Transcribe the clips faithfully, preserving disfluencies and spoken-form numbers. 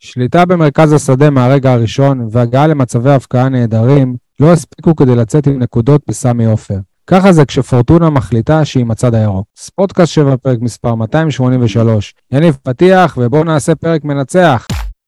שליטה במרכז השדה מהרגע הראשון והגעה למצבי הפקעה נהדרים לא הספיקו כדי לצאת עם נקודות בסמי עופר. ככה זה כשפורטונה מחליטה שהיא מצד הירוק. ספורטקאסט שבע פרק מספר מאתיים שמונים ושלוש. יניב פתיח ובואו נעשה פרק מנצח.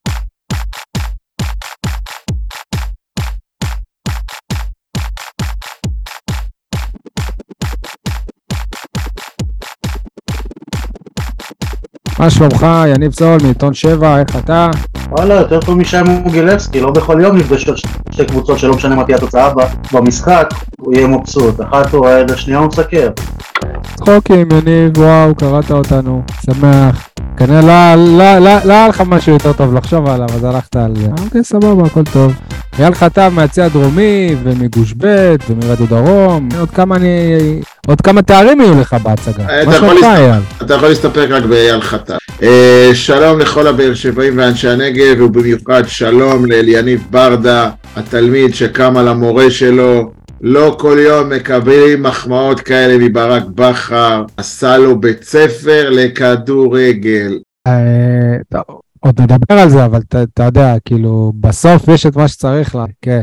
מה שלומך, יניב סול, מעיתון שבע, איך אתה? וואלה, יותר טוב משי מוגילבסקי, לא בכל יום נפגשות שתי קבוצות שלא משנה מה תהיה התוצאה במשחק, הוא יהיה מבסוט, אחת הוא רעד, השנייה הוא מסקר. צחוקים, יניב, וואו, קראת אותנו, שמח. כנראה לא, לא, לא, לא היה לך משהו יותר טוב לחשוב עליו, אז הלכת על זה. אוקיי, סבבה, הכל טוב. אייל חטב מהצי הדרומי, ומגוש ב' ומרדיו דרום, עוד כמה אני... עוד כמה תארים יהיו לך בהצגה. אתה יכול, להסת... אתה יכול להסתפק רק באייל חטב. אה, שלום לכל הבאר שבעים ואנשי הנגב, ובמיוחד שלום לאליניב ברדה, התלמיד שקם על המורה שלו. לא כל יום מקבלים מחמאות כאלה מברק בכר, עשה לו בית ספר לכדורגל. אה, טוב. עוד נדבר על זה, אבל אתה יודע, כאילו, בסוף יש את מה שצריך לה, כן.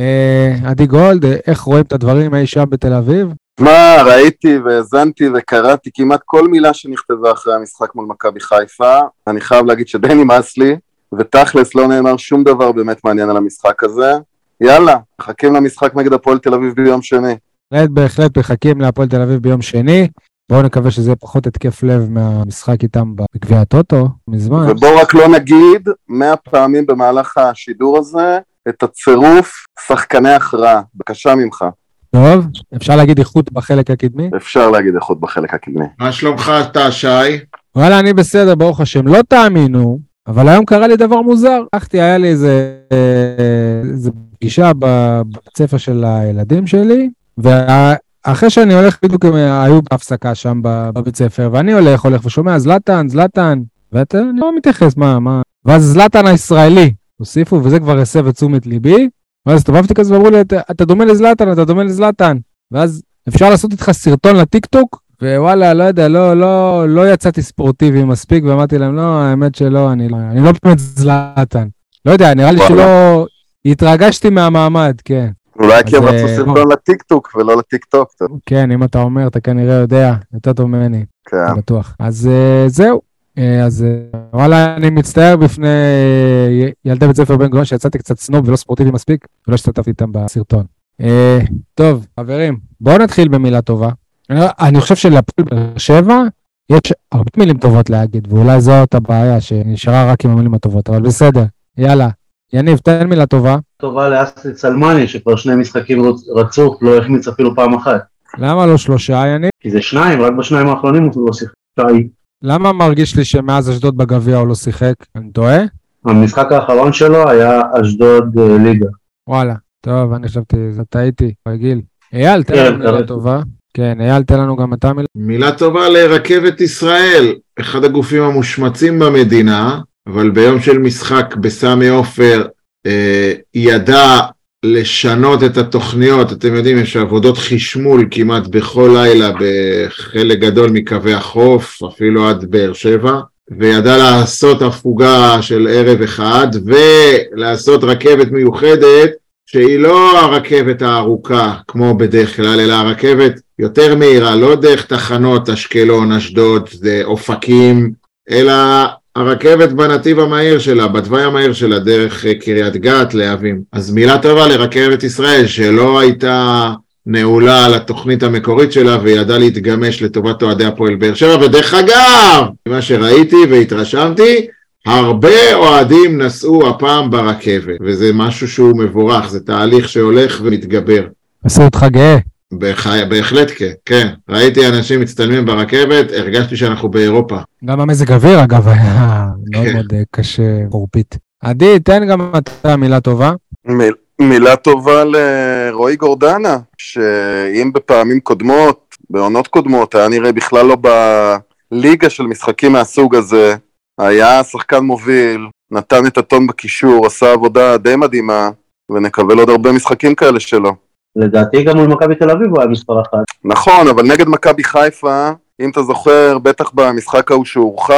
עדי גולד, איך רואים את הדברים אי שם בתל אביב? מה, ראיתי והזנתי וקראתי כמעט כל מילה שנכתבה אחרי המשחק מול מכבי חיפה. אני חייב להגיד שדי נמאס לי, ותכלס לא נאמר שום דבר באמת מעניין על המשחק הזה. יאללה, מחכים למשחק נגד הפועל תל אביב ביום שני. בהחלט מחכים להפועל תל אביב ביום שני. בואו נקווה שזה יהיה פחות התקף לב מהמשחק איתם בגביע הטוטו מזמן. ובואו רק לא נגיד מאה פעמים במהלך השידור הזה את הצירוף שחקני הכרעה. בבקשה ממך. טוב, אפשר להגיד איכות בחלק הקדמי? אפשר להגיד איכות בחלק הקדמי. מה שלומך אתה, שי? וואלה, אני בסדר, ברוך השם. לא תאמינו, אבל היום קרה לי דבר מוזר. הלכתי, היה לי איזה, איזה פגישה בבית ספר של הילדים שלי, וה... אחרי שאני הולך, בדיוק היו בהפסקה שם בבית ספר, ואני הולך, הולך ושומע, זלטן, זלטן, ואתה, אני לא מתייחס, מה, מה, ואז זלטן הישראלי, הוסיפו, וזה כבר הסב את תשומת ליבי, ואז הסתובבתי כזה, ואמרו לי, אתה דומה לזלטן, אתה דומה לזלטן, ואז אפשר לעשות איתך סרטון לטיקטוק, ווואלה, לא יודע, לא, לא, לא יצאתי ספורטיבי מספיק, ואמרתי להם, לא, האמת שלא, אני לא, אני לא באמת זלטן, לא יודע, נראה לי שלא, התרגשתי מהמעמד, כן. אולי כי הם רצו סרטון לטיקטוק ולא לטיקטוק. כן, אם אתה אומר, אתה כנראה יודע, יותר טוב ממני, כן. בטוח. אז זהו, אז וואלה, אני מצטער בפני ילדי בית ספר בן גוריון, שיצאתי קצת סנוב ולא ספורטיבי מספיק, ולא השתתפתי איתם בסרטון. טוב, חברים, בואו נתחיל במילה טובה. אני חושב שלהפועל באר שבע, יש הרבה מילים טובות להגיד, ואולי זאת הבעיה, שנשארה רק עם המילים הטובות, אבל בסדר, יאללה. יניב, תן מילה טובה. טובה לאסלי צלמני, שכבר שני משחקים רצוף, לא החמיץ אפילו פעם אחת. למה לא שלושה, יניב? כי זה שניים, רק בשניים האחרונים הוא לא שיחק. למה מרגיש לי שמאז אשדוד בגביע הוא לא שיחק? אני טועה? המשחק האחרון שלו היה אשדוד ליגה. וואלה, טוב, אני חשבתי, זה טעיתי, רגיל. אייל, תן לנו מילה טובה. כן, אייל, תן לנו גם אתה מילה. מילה טובה לרכבת ישראל, אחד הגופים המושמצים במדינה, אבל ביום של משחק בסמי עופר, אה, ידע לשנות את התוכניות. אתם יודעים, יש עבודות חשמול כמעט בכל לילה בחלק גדול מקווי החוף, אפילו עד באר שבע, וידע לעשות הפוגה של ערב אחד, ולעשות רכבת מיוחדת, שהיא לא הרכבת הארוכה, כמו בדרך כלל, אלא הרכבת יותר מהירה, לא דרך תחנות אשקלון, אשדוד, אופקים, אלא הרכבת בנתיב המהיר שלה, בתוואי המהיר שלה, דרך קריית גת להבים. אז מילה טובה לרכבת ישראל, שלא הייתה נעולה על התוכנית המקורית שלה, וידעה להתגמש לטובת אוהדי הפועל באר שבע, ודרך אגב, מה שראיתי והתרשמתי, הרבה אוהדים נסעו הפעם ברכבת, וזה משהו שהוא מבורך, זה תהליך שהולך ומתגבר. עשו אותך גאה. בהחלט כן, כן. ראיתי אנשים מצטלמים ברכבת, הרגשתי שאנחנו באירופה. גם המזג אוויר אגב היה מאוד מאוד קשה חורפית. עדי, תן גם אתה מילה טובה. מילה טובה לרועי גורדנה, שאם בפעמים קודמות, בעונות קודמות, היה נראה בכלל לא בליגה של משחקים מהסוג הזה, היה שחקן מוביל, נתן את הטון בקישור, עשה עבודה די מדהימה, ונקבל עוד הרבה משחקים כאלה שלו. לדעתי גם מול מכבי תל אביב הוא היה מספר אחת. נכון, אבל נגד מכבי חיפה, אם אתה זוכר, בטח במשחק ההוא שהוא הורחק,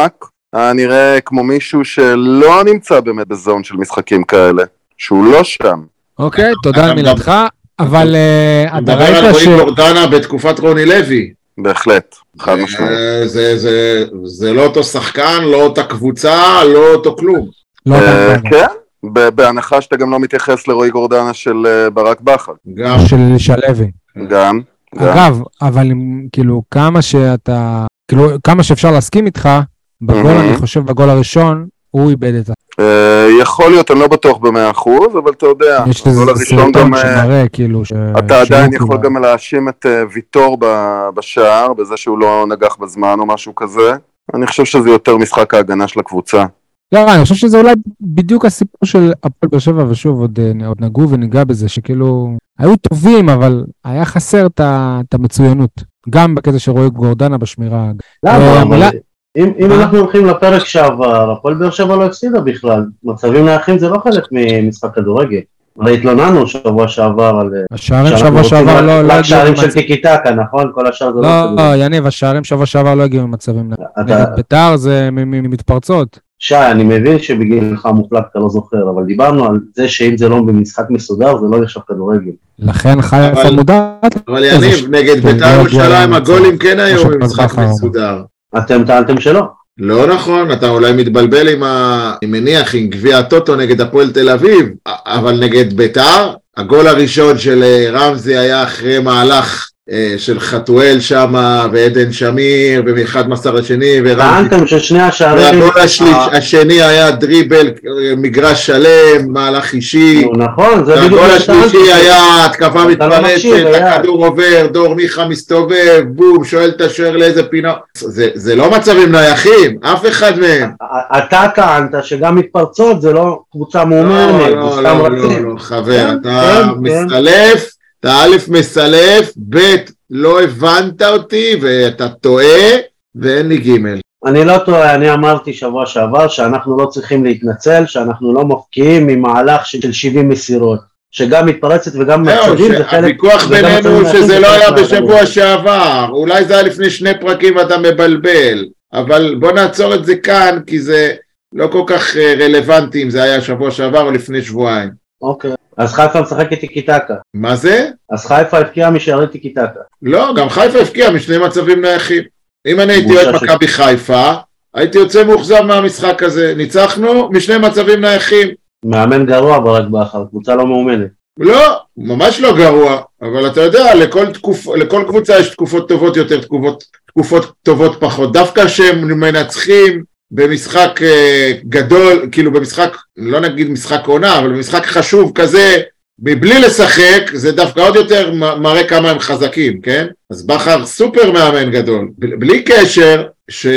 היה נראה כמו מישהו שלא נמצא באמת בזון של משחקים כאלה, שהוא לא שם. אוקיי, תודה על מילתך, אבל אתה מדבר ראית על ש... רועי גורדנה בתקופת רוני לוי. בהחלט, חד משמעית. אה, זה- זה- זה לא אותו שחקן, לא אותה קבוצה, לא אותו כלום. לא, אה, גם- כן, ב- בהנחה שאתה גם לא מתייחס לרועי גורדנה של אה, ברק בכר. גם של שלוי. גם, גם. אגב, אבל אם, כאילו, כמה שאתה, כאילו, כמה שאפשר להסכים איתך, בגול, Mhm. אני חושב, בגול הראשון, הוא איבד את ה... אה, יכול להיות, אני לא בטוח במאה אחוז, אבל אתה יודע, יש הגול איזה הראשון גם, סרטון אה, שמראה, כאילו, ש... אתה עדיין שהוא יכול כאילו- גם להאשים את אה, ויטור ב- בשער, בזה שהוא לא נגח בזמן או משהו כזה. אני חושב שזה יותר משחק ההגנה של הקבוצה. לא, אני חושב שזה אולי בדיוק הסיפור של הפועל באר שבע, ושוב, עוד, אה, עוד נגעו וניגע בזה, שכאילו, היו טובים, אבל היה חסר את ה- את המצוינות. גם בקטע של רועי גורדנה בשמירה. למה? אה, אבל המילה- אם אם אה? אנחנו הולכים לפרק שעבר, הפועל באר שבע לא הפסידה בכלל. מצבים נייחים זה לא חלק ממשחק כדורגל. הרי התלוננו שבוע שעבר על... השערים שאנחנו שבוע רוצים שעבר רק- לא... לא רק הגיעו שערים של במצ- טיקי טקה, נכון? כל השאר זה לא לא, כדורגל. יניב, השערים שבוע שעבר לא הגיעו ממצבים. אתה- נגד בית"ר זה מ- מ- מתפרצות. שי, אני מבין שבגילך המופלג אתה לא זוכר, אבל דיברנו על זה שאם זה לא במשחק מסודר, זה לא נחשב כדורגל. לכן חיפה אבל- מודעת. אבל איזה ש- יניב, נגד כן, בית"ר לא ירושלים הגיע הגולים כן היו משהו במשחק כזה. מסודר. אתם טענתם שלא. לא נכון, אתה אולי מתבלבל עם ה... אני מניח עם גביע הטוטו נגד הפועל תל אביב, אבל נגד בית"ר, הגול הראשון של אה, רמזי היה אחרי מהלך אה, של חתואל שמה, ועדן שמיר, ומאחד מסר השני, ורמזי... טענתם ששני השערים... והגול השליש, אה, השני היה דריבל, אה, מגרש שלם, מהלך אישי, נו, נכון, זה בדיוק והגול מה שטענתי. השלישי היה התקפה אתה לא מקשיב, מתפרצת, היה. הכדור עובר, דור מיכה מסתובב, בום, שואל את השוער לאיזה פינה. זה, זה לא מצבים נייחים, אף אחד מהם. אתה טענת שגם מתפרצות זה לא קבוצה לא, מאומנת, זה לא, סתם לא, רצים. לא, לא, חבר, כן, אתה כן, כן. מסלף, אתה א' מסלף, ב' לא הבנת אותי, ואתה טועה, ואין לי ג'. אני לא טועה, אני אמרתי שבוע שעבר שאנחנו לא צריכים להתנצל, שאנחנו לא מפקיעים ממהלך של שבעים מסירות, שגם מתפרצת וגם מצבים זה חלק... הוויכוח וגם בינינו מצבים נייחים שזה זה לא חלק היה מהכדורגל. בשבוע שעבר, אולי זה היה לפני שני פרקים ואתה מבלבל, אבל בוא נעצור את זה כאן, כי זה לא כל כך אה, רלוונטי אם זה היה שבוע שעבר או לפני שבועיים. אוקיי, אז חיפה משחקת טיקי טקה, מה זה? אז חיפה הפקיעה משערי טיקי טקה. לא, גם חיפה הפקיעה משני מצבים נייחים. אם אני הייתי בושה אוהד ש- מכבי חיפה, הייתי יוצא מאוכזב מהמשחק הזה. ניצחנו משני מצבים נייחים. מאמן גרוע ברק בכר, קבוצה לא מאומנת. לא, ממש לא גרוע, אבל אתה יודע, לכל, תקופ... לכל קבוצה יש תקופות טובות יותר, תקופות, תקופות טובות פחות. דווקא שהם מנצחים במשחק אה, גדול, כאילו במשחק, לא נגיד משחק עונה, אבל במשחק חשוב כזה, מבלי לשחק, זה דווקא עוד יותר מראה כמה הם חזקים, כן? אז בכר סופר מאמן גדול. ב- בלי קשר ש...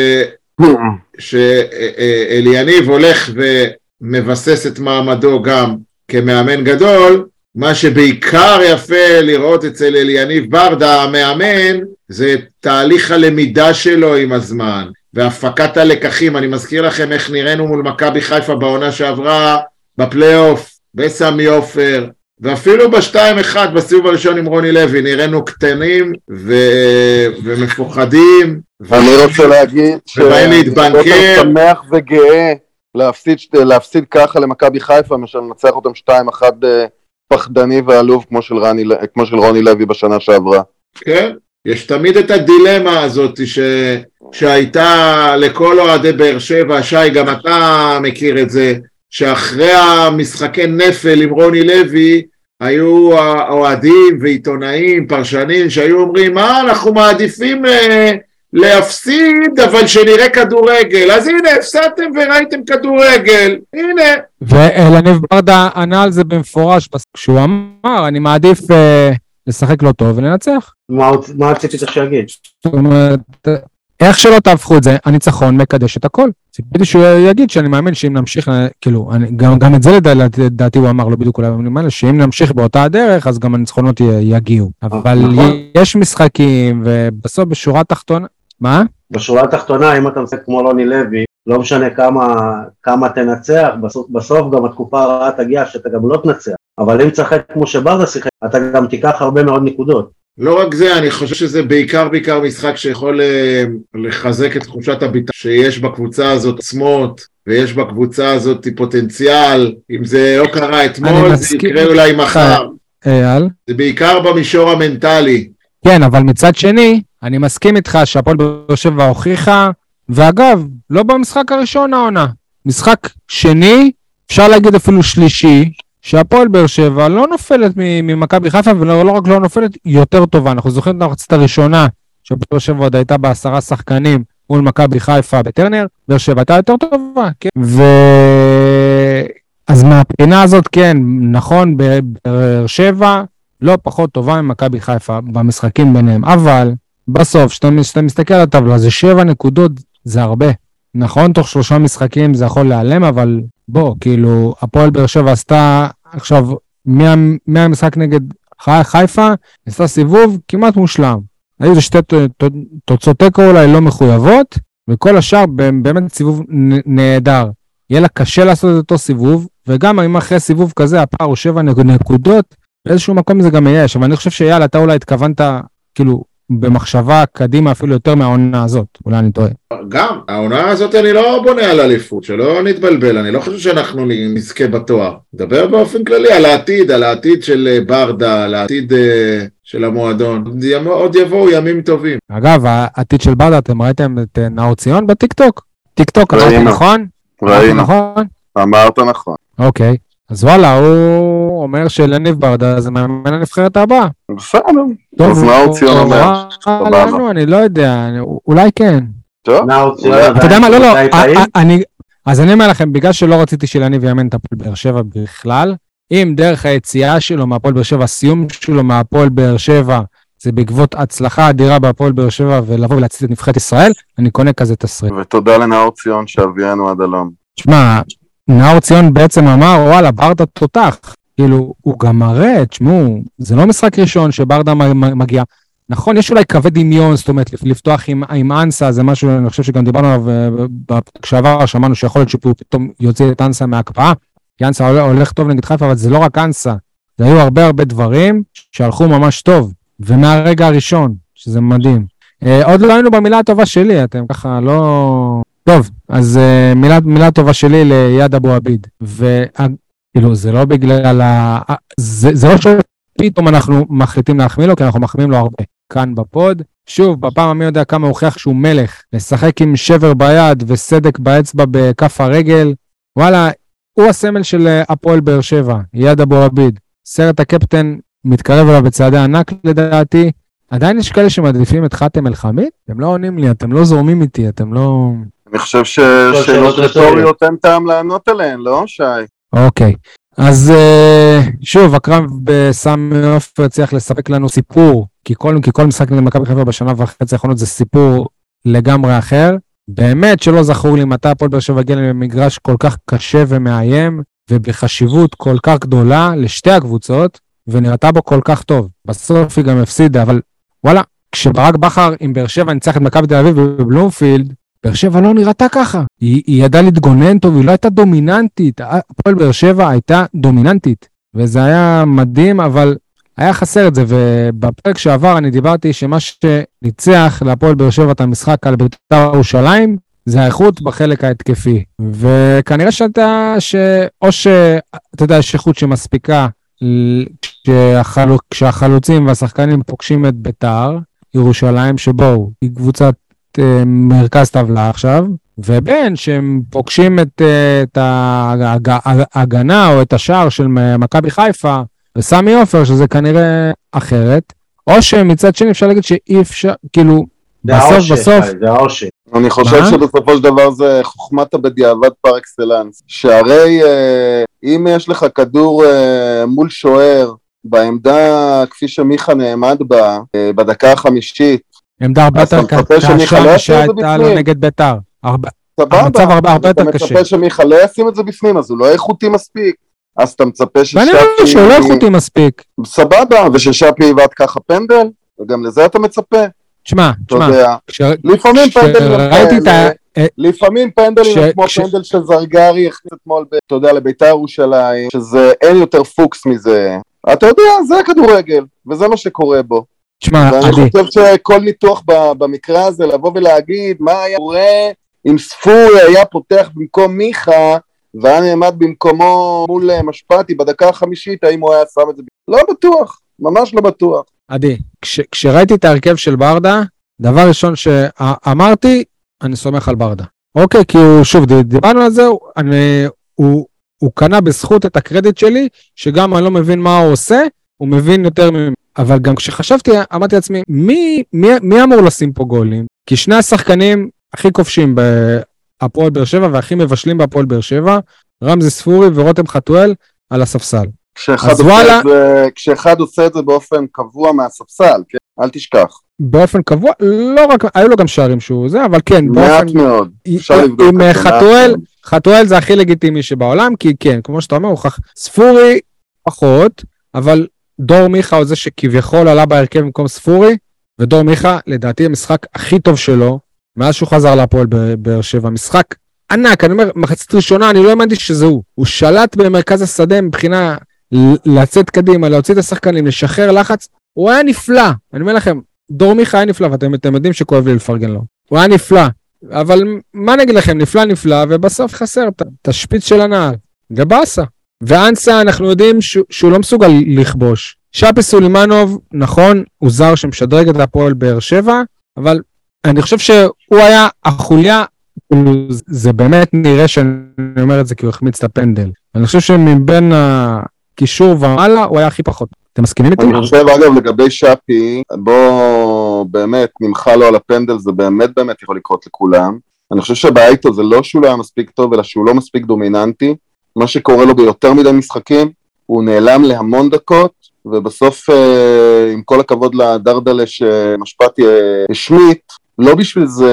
שאליניב הולך ומבסס את מעמדו גם כמאמן גדול, מה שבעיקר יפה לראות אצל אליניב ברדה, המאמן, זה תהליך הלמידה שלו עם הזמן, והפקת הלקחים. אני מזכיר לכם איך נראינו מול מכבי חיפה בעונה שעברה, בפלייאוף, בסמי עופר, ואפילו ב-שתיים אחד בסיבוב הראשון עם רוני לוי, נראינו קטנים ו... ומפוחדים. אני רוצה להגיד ובאים שאני להתבנקר. יותר שמח וגאה להפסיד, להפסיד ככה למכבי חיפה, מאשר לנצח אותם שתיים אחת פחדני ועלוב כמו של, רני, כמו של רוני לוי בשנה שעברה. כן, יש תמיד את הדילמה הזאת ש... שהייתה לכל אוהדי באר שבע, שי, גם אתה מכיר את זה, שאחרי המשחקי נפל עם רוני לוי, היו אוהדים ועיתונאים, פרשנים, שהיו אומרים, מה, אנחנו מעדיפים אה, להפסיד, אבל שנראה כדורגל. אז הנה, הפסדתם וראיתם כדורגגל, הנה. ואלניב ברדה ענה על זה במפורש, כשהוא אמר, אני מעדיף אה, לשחק לא טוב ולנצח. מה מה רציתי שיגיד? זאת אומרת, איך שלא תהפכו את זה, הניצחון מקדש את הכל. ציפיתי שהוא יגיד שאני מאמין שאם נמשיך, כאילו, אני, גם, גם את זה לדעתי הוא אמר, לא בדיוק אולי, אני מאמין שאם נמשיך באותה הדרך, אז גם הניצחונות יגיעו. אבל נכון. יש משחקים, ובסוף בשורה התחתונה, מה? בשורה התחתונה, אם אתה משחק כמו רוני לוי, לא משנה כמה, כמה תנצח, בסוף, בסוף גם התקופה הרעה תגיע שאתה גם לא תנצח. אבל אם תשחק כמו שברדה שיחק, אתה גם תיקח הרבה מאוד נקודות. לא רק זה, אני חושב שזה בעיקר בעיקר משחק שיכול לחזק את תחושת הביטחון שיש בקבוצה הזאת עצמות, ויש בקבוצה הזאת פוטנציאל, אם זה לא קרה אתמול, זה יקרה אולי מחר. אייל? זה בעיקר במישור המנטלי. כן, אבל מצד שני, אני מסכים איתך שהפועל באר שבע הוכיחה, ואגב, לא במשחק הראשון העונה, משחק שני, אפשר להגיד אפילו שלישי, שהפועל באר שבע לא נופלת ממכבי חיפה, ולא רק לא נופלת, יותר טובה. אנחנו זוכרים את המחצית הראשונה, שהפועל באר שבע עוד הייתה בעשרה שחקנים, מול מכבי חיפה בטרנר, באר שבע הייתה יותר טובה, כן. ו... אז מהבחינה הזאת, כן, נכון, באר שבע לא פחות טובה ממכבי חיפה במשחקים ביניהם, אבל בסוף, כשאתה מסתכל על הטבלה, זה שבע נקודות, זה הרבה. נכון, תוך שלושה משחקים זה יכול להיעלם, אבל בוא, כאילו, הפועל באר שבע עשתה עכשיו, מה, מהמשחק נגד חיפה, עשתה סיבוב כמעט מושלם. היו זה שתי תוצאות תיקו אולי לא מחויבות, וכל השאר באמת סיבוב נהדר. יהיה לה קשה לעשות את אותו סיבוב, וגם אם אחרי סיבוב כזה, הפער הוא שבע נקודות, באיזשהו מקום זה גם יש, אבל אני חושב שיאללה, אתה אולי התכוונת, כאילו, במחשבה קדימה אפילו יותר מהעונה הזאת, אולי אני טועה. גם, העונה הזאת אני לא בונה על אליפות, שלא נתבלבל, אני לא חושב שאנחנו נזכה בתואר. נדבר באופן כללי על העתיד, על העתיד של ברדה, על העתיד של המועדון. עוד יבואו ימים טובים. אגב, העתיד של ברדה, אתם ראיתם את נאור ציון בטיקטוק? טיקטוק, אמרתי נכון? ראינו, אמרת נכון. אוקיי. אז וואלה, הוא אומר שלניב ברדה זה מאמן הנבחרת הבאה. בסדר, אז נאור ציון אומר. אני לא יודע, אולי כן. טוב. אתה יודע מה, לא, לא, אז אני אומר לכם, בגלל שלא רציתי שלניב יאמן את הפועל באר שבע בכלל, אם דרך היציאה שלו מהפועל באר שבע, הסיום שלו מהפועל באר שבע, זה בעקבות הצלחה אדירה בהפועל באר שבע, ולבוא ולהציל את נבחרת ישראל, אני קונה כזה תסריט. ותודה לנאור ציון שהביאנו עד הלום. תשמע, נאור ציון בעצם אמר, וואלה, ברדה תותח. כאילו, הוא גם מראה, תשמעו, זה לא משחק ראשון שברדה מגיע. נכון, יש אולי קווי דמיון, זאת אומרת, לפתוח עם, עם אנסה, זה משהו, אני חושב שגם דיברנו עליו, כשעבר שמענו שיכול להיות שהוא פתאום יוצא את אנסה מהקפאה, כי אנסה הולך טוב נגד חיפה, אבל זה לא רק אנסה, זה היו הרבה הרבה דברים שהלכו ממש טוב, ומהרגע הראשון, שזה מדהים. עוד לא היינו במילה הטובה שלי, אתם ככה לא... טוב, אז uh, מילה, מילה טובה שלי ליד אבו עביד, וכאילו זה לא בגלל ה... זה, זה לא שפתאום אנחנו מחליטים להחמיא לו, כי אנחנו מחמיאים לו הרבה כאן בפוד. שוב, בפעם המי יודע כמה הוכיח שהוא מלך, לשחק עם שבר ביד וסדק באצבע בכף הרגל, וואלה, הוא הסמל של הפועל באר שבע, יד אבו עביד. סרט הקפטן מתקרב אליו בצעדי ענק לדעתי, עדיין יש כאלה שמעדיפים את חאתם אל-חמיד? אתם לא עונים לי, אתם לא זורמים איתי, אתם לא... אני חושב ששאלות רטוריות אין טעם לענות עליהן, לא, שי? אוקיי, אז שוב, הקרב בסמי עופר צריך לספק לנו סיפור, כי כל, כי כל משחק נגד מכבי חיפה בשנה וחצי האחרונות זה סיפור לגמרי אחר. באמת שלא זכור לי מתי הפועל באר שבע הגיע למגרש כל כך קשה ומאיים, ובחשיבות כל כך גדולה לשתי הקבוצות, ונראתה בו כל כך טוב. בסוף היא גם הפסידה, אבל וואלה, כשברק בכר עם באר שבע ניצח את מכבי תל אביב בבלומפילד, באר שבע לא נראתה ככה. היא, היא ידעה להתגונן טוב, היא לא הייתה דומיננטית. הפועל באר שבע הייתה דומיננטית, וזה היה מדהים, אבל היה חסר את זה, ובפרק שעבר אני דיברתי שמה שניצח להפועל באר שבע את המשחק על בית"ר ירושלים, זה האיכות בחלק ההתקפי. וכנראה שאתה, או שאתה יודע, יש איכות שמספיקה, כשהחלוצ... כשהחלוצים והשחקנים פוגשים את בית"ר ירושלים, שבו היא קבוצת אה, מרכז טבלה עכשיו, ובין שהם פוגשים את, את ההגנה או את השער של מכבי חיפה וסמי עופר, שזה כנראה אחרת, או שמצד שני אפשר להגיד שאי אפשר, כאילו, בסוף בסוף... זה העושר. אני חושב שבסופו של דבר זה חוכמת בדיעבד פר אקסלנס, שהרי אה, אם יש לך כדור אה, מול שוער, בעמדה כפי שמיכה נעמד בה, אה, בדקה החמישית, עמדה הרבה יותר קשה שהייתה לו נגד בית"ר. המצב הרבה הרבה יותר קשה. אתה מצפה שמיכה לא ישים את זה בפנים, אז הוא לא איכותי מספיק, אז אתה מצפה ששפי... ואני אומר שהוא לא איכותי מספיק. סבבה, וששפי יבעט ככה פנדל, וגם לזה אתה מצפה. תשמע, תשמע, לפעמים פנדלים לפעמים פנדלים כמו פנדל של זרגרי הכניס אתמול, אתה יודע, לבית"ר ירושלים, שזה אין יותר פוקס מזה, אתה יודע, זה הכדורגל, וזה מה שקורה בו. תשמע, ואני עדי, חושב שכל ניתוח במקרה הזה, לבוא ולהגיד מה היה קורה אם ספורי היה פותח במקום מיכה, והיה נעמד במקומו מול משפטי בדקה החמישית, האם הוא היה שם את זה? לא בטוח, ממש לא בטוח. עדי, כש, כשראיתי את ההרכב של ברדה, דבר ראשון שאמרתי, אני סומך על ברדה. אוקיי, כי הוא, שוב, דיברנו על זה, אני, הוא, הוא קנה בזכות את הקרדיט שלי, שגם אני לא מבין מה הוא עושה, הוא מבין יותר ממני. אבל גם כשחשבתי, אמרתי לעצמי, מי, מי, מי אמור לשים פה גולים? כי שני השחקנים הכי כובשים בהפועל באר שבע, והכי מבשלים בהפועל באר שבע, רמזי ספורי ורותם חתואל על הספסל. כשאחד עושה, וואלה, זה, כשאחד עושה את זה באופן קבוע מהספסל, כן? אל תשכח. באופן קבוע, לא רק, היו לו גם שערים שהוא זה, אבל כן, מעט באופן, מאוד. אפשר לבדוק עם חתואל, חתואל זה הכי לגיטימי שבעולם, כי כן, כמו שאתה אומר, ספורי פחות, אבל דור מיכה הוא זה שכביכול עלה בהרכב במקום ספורי, ודור מיכה, לדעתי, המשחק הכי טוב שלו, מאז שהוא חזר להפועל באר שבע, משחק ענק, אני אומר, מחצית ראשונה, אני לא האמנתי שזה הוא. הוא שלט במרכז השדה מבחינה לצאת קדימה, להוציא את השחקנים, לשחרר לחץ, הוא היה נפלא. אני אומר לכם, דור מיכה היה נפלא, ואתם אתם יודעים שכואב לי לפרגן לו. הוא היה נפלא, אבל מה נגיד לכם, נפלא נפלא, ובסוף חסר את השפיץ של הנעל. גבאסה. ואנסה, אנחנו יודעים שהוא, שהוא לא מסוגל לכבוש. שפי סולימנוב, נכון, הוא זר שמשדרג את הפועל באר שבע, אבל אני חושב שהוא היה החוליה, זה באמת נראה שאני אומר את זה כי הוא החמיץ את הפנדל. אני חושב שמבין הקישור ומעלה הוא היה הכי פחות. אתם מסכימים איתי? אני חושב אגב לגבי שפי, בוא באמת נמחה לו על הפנדל, זה באמת באמת יכול לקרות לכולם. אני חושב שבעיה איתו זה לא שהוא לא היה מספיק טוב, אלא שהוא לא מספיק דומיננטי. מה שקורה לו ביותר מדי משחקים, הוא נעלם להמון דקות, ובסוף עם כל הכבוד לדרדלה שמשפטי השמיט, לא בשביל זה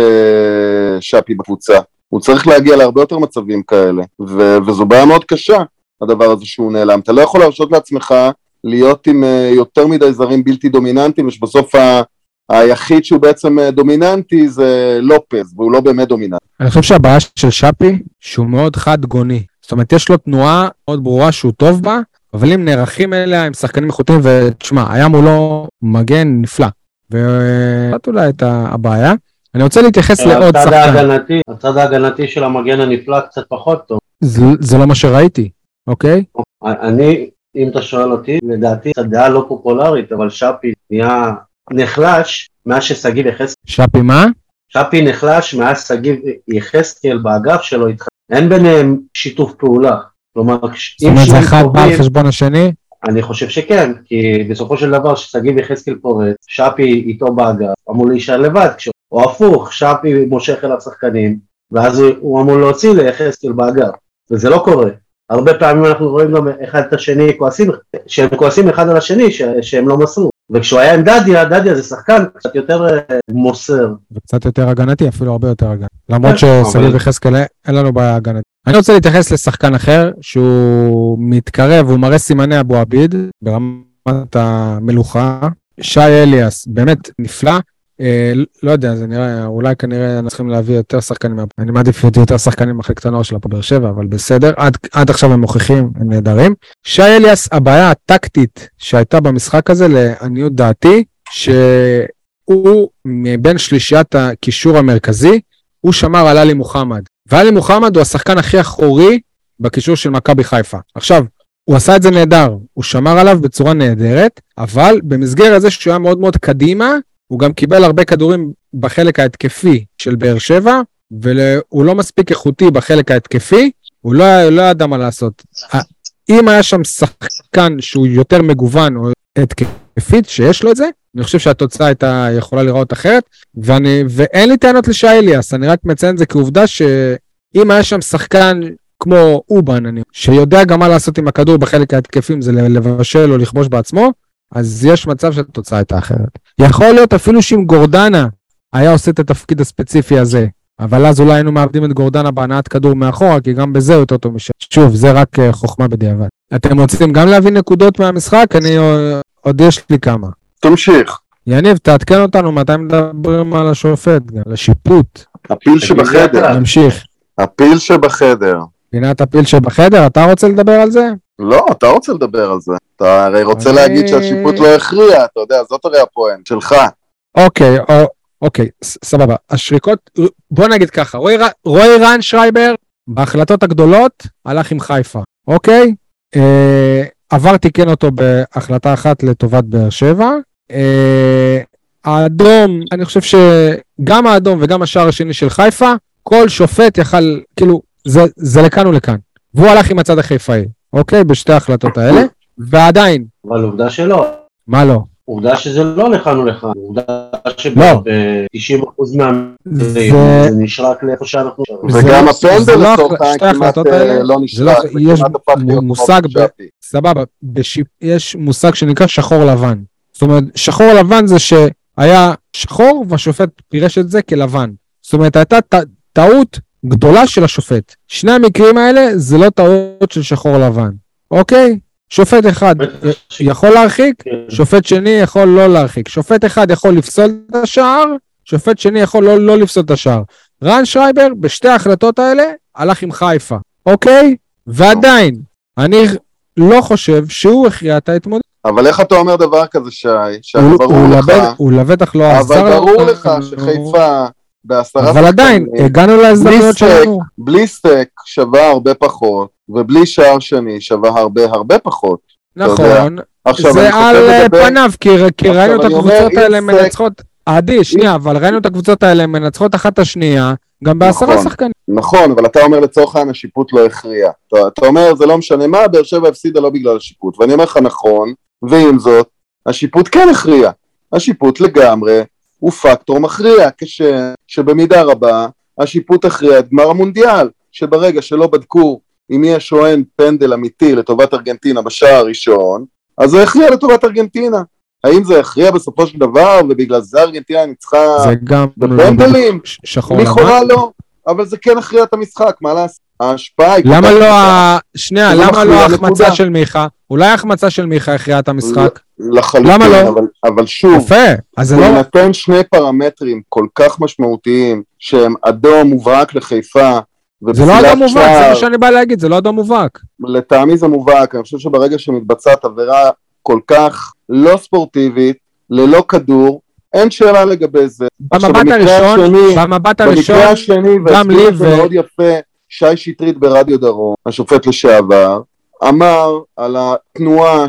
שפי בקבוצה, הוא צריך להגיע להרבה יותר מצבים כאלה, ו- וזו בעיה מאוד קשה, הדבר הזה שהוא נעלם. אתה לא יכול להרשות לעצמך להיות עם יותר מדי זרים בלתי דומיננטיים, ושבסוף ה- היחיד שהוא בעצם דומיננטי זה לופז, והוא לא באמת דומיננטי. אני חושב שהבעיה של שפי, שהוא מאוד חד גוני, זאת אומרת יש לו תנועה מאוד ברורה שהוא טוב בה, אבל אם נערכים אליה עם שחקנים איכותיים, ותשמע, היה מולו מגן נפלא. ואת אולי את הבעיה. אני רוצה להתייחס לעוד שחקן. ההגנתי, הצד ההגנתי של המגן הנפלא קצת פחות טוב. זה, זה לא מה שראיתי, אוקיי? אני, אם אתה שואל אותי, לדעתי, זו דעה לא פופולרית, אבל שפי נהיה נחלש מאז שסגיב יחזקאל. שפי מה? שפי נחלש מאז סגיב יחזקאל באגף שלו, אין ביניהם שיתוף פעולה. כלומר, זאת אומרת, זה אחד בא על חשבון השני? אני חושב שכן, כי בסופו של דבר שסגיב יחזקאל פורץ, שפי איתו באגף, אמור להישאר לבד, או הפוך, שפי מושך אליו שחקנים, ואז הוא אמור להוציא ליחזקאל באגף, וזה לא קורה. הרבה פעמים אנחנו רואים גם אחד את השני כועסים, שהם כועסים אחד על השני, שהם לא מסרו. וכשהוא היה עם דדיה, דדיה זה שחקן קצת יותר מוסר. וקצת יותר הגנתי, אפילו הרבה יותר הגנתי. למרות שסגיב יחזקאל אין לנו בעיה הגנתי. אני רוצה להתייחס לשחקן אחר, שהוא מתקרב, הוא מראה סימני אבו עביד, ברמת המלוכה, שי אליאס, באמת נפלא, אה, לא יודע, זה נראה, אולי כנראה אנחנו צריכים להביא יותר שחקנים, אני מעדיף יותר שחקנים מחלקת הנוער של הפועל באר שבע, אבל בסדר, עד, עד עכשיו הם מוכיחים, הם נהדרים. שי אליאס, הבעיה הטקטית שהייתה במשחק הזה, לעניות דעתי, שהוא מבין שלישיית הקישור המרכזי, הוא שמר על עלי מוחמד. ועלי מוחמד הוא השחקן הכי אחורי בקישור של מכבי חיפה. עכשיו, הוא עשה את זה נהדר, הוא שמר עליו בצורה נהדרת, אבל במסגרת הזה שהוא היה מאוד מאוד קדימה, הוא גם קיבל הרבה כדורים בחלק ההתקפי של באר שבע, והוא לא מספיק איכותי בחלק ההתקפי, הוא לא, לא ידע מה לעשות. אם היה שם שחקן שהוא יותר מגוון או התקפית שיש לו את זה, אני חושב שהתוצאה הייתה יכולה לראות אחרת, ואני, ואין לי טענות לשי אליאס, אני רק מציין את זה כעובדה שאם היה שם שחקן כמו אובן, אני, שיודע גם מה לעשות עם הכדור בחלק ההתקפים, זה לבשל או לכבוש בעצמו, אז יש מצב שהתוצאה הייתה אחרת. יכול להיות אפילו שאם גורדנה היה עושה את התפקיד הספציפי הזה, אבל אז אולי היינו מאבדים את גורדנה בהנעת כדור מאחורה, כי גם בזה הוא יותר טוב משם. שוב, זה רק חוכמה בדיעבד. אתם רוצים גם להביא נקודות מהמשחק? אני עוד יש לי כמה. תמשיך. יניב, תעדכן אותנו מתי מדברים על השופט, על השיפוט. הפיל שבחדר. נמשיך. הפיל שבחדר. פינת הפיל שבחדר, אתה רוצה לדבר על זה? לא, אתה רוצה לדבר על זה. אתה הרי רוצה אני- להגיד שהשיפוט לא הכריע, אתה יודע, זאת הרי הפואנט שלך. אוקיי, או- אוקיי, ס- סבבה. השריקות, בוא נגיד ככה, רועי ר- רועי ריינשרייבר, בהחלטות הגדולות, הלך עם חיפה, אוקיי? אה, עבר תיקן אותו בהחלטה אחת לטובת באר שבע. אה, האדום, אני חושב שגם האדום וגם השער השני של חיפה, כל שופט יכל, כאילו, זה, זה לכאן ולכאן. והוא הלך עם הצד החיפאי, אוקיי? בשתי ההחלטות האלה, ועדיין, אבל עובדה שלא. מה לא? עובדה שזה לא לכאן ולכאן. עובדה לא. שב-תשעים אחוז מהמקרים זה- זה נשרק לאיפה שאנחנו... זה- וגם זה הפנדל לא לצורך החל- העניין שתי כמעט ההחלטות אה, האלה, לא זה לא- נשרק, יש וכמעט הפך להיות מושג חוק ב- שפי. סבבה, בשיפ... יש מושג שנקרא שחור לבן. זאת אומרת, שחור לבן זה שהיה שחור והשופט פירש את זה כלבן. זאת אומרת, הייתה ט... טעות גדולה של השופט. שני המקרים האלה זה לא טעות של שחור לבן. אוקיי? שופט אחד יכול להרחיק, שופט שני יכול לא להרחיק. שופט אחד יכול לפסול את השער, שופט שני יכול לא, לא לפסול את השער. רן שרייבר בשתי ההחלטות האלה הלך עם חיפה. אוקיי? ועדיין, אני לא חושב שהוא הכריע את ההתמודדות. אבל איך אתה אומר דבר כזה, שי? שהרי הוא- ברור הוא לך, לבט- הוא לבטח לא עזר. אבל ברור לנו. לך שחיפה בעשרה אבל עדיין, שחקנים, הגענו להזדמנויות בלי סטייק, שלנו. בלי סטייק שווה הרבה פחות, ובלי שער שני שווה הרבה הרבה פחות. נכון, עכשיו, אני זה חושב על לגבי- פניו, כי כי עכשיו, ראינו את אני אומר, הקבוצות אם האלה סק- מנצחות, עדי, שנייה, אבל ראינו את הקבוצות האלה מנצחות אחת את השנייה, גם בעשרה נכון. שחקנים. נכון, אבל אתה אומר לצורך העניין השיפוט לא הכריע. אתה, אתה אומר זה לא משנה מה, באר שבע הפסידה לא בגלל השיפוט, ואני אומר לך נכון, ועם זאת, השיפוט כן הכריע. השיפוט לגמרי הוא פקטור מכריע, כש, שבמידה רבה השיפוט הכריע את גמר המונדיאל, שברגע שלא בדקו אם יהיה שוען פנדל אמיתי לטובת ארגנטינה בשער הראשון, אז זה הכריע לטובת ארגנטינה. האם זה הכריע בסופו של דבר, ובגלל זה ארגנטינה ניצחה זה גם בפנדלים? ש- שחור לבן. לכאורה לא, אבל זה כן הכריע את המשחק, מה לעשות? ההשפעה היא... למה כל כך לא, גדולה. ה- שנייה, זה למה מכריע, לא ההחמצה נקודה. של מיכה? אולי ההחמצה של מיכה הכריעה את המשחק? לחלוטין, למה לא? אבל, אבל שוב, יפה, אז זה לא... בהינתן שני פרמטרים כל כך משמעותיים, שהם אדום מובהק לחיפה, זה לא אדום מובהק, זה שער, מה שאני בא להגיד, זה לא אדום מובהק. לטעמי זה מובהק, אני חושב שברגע שמתבצעת עבירה כל כך לא ספורטיבית, ללא כדור, אין שאלה לגבי זה. עכשיו, במבט במקרה הראשון, השני- במבט הראשון, במקרה השני, גם לי והסביר את זה ו- מאוד יפה, שי שטרית ברדיו דרום, השופט לשעבר, אמר על התנועה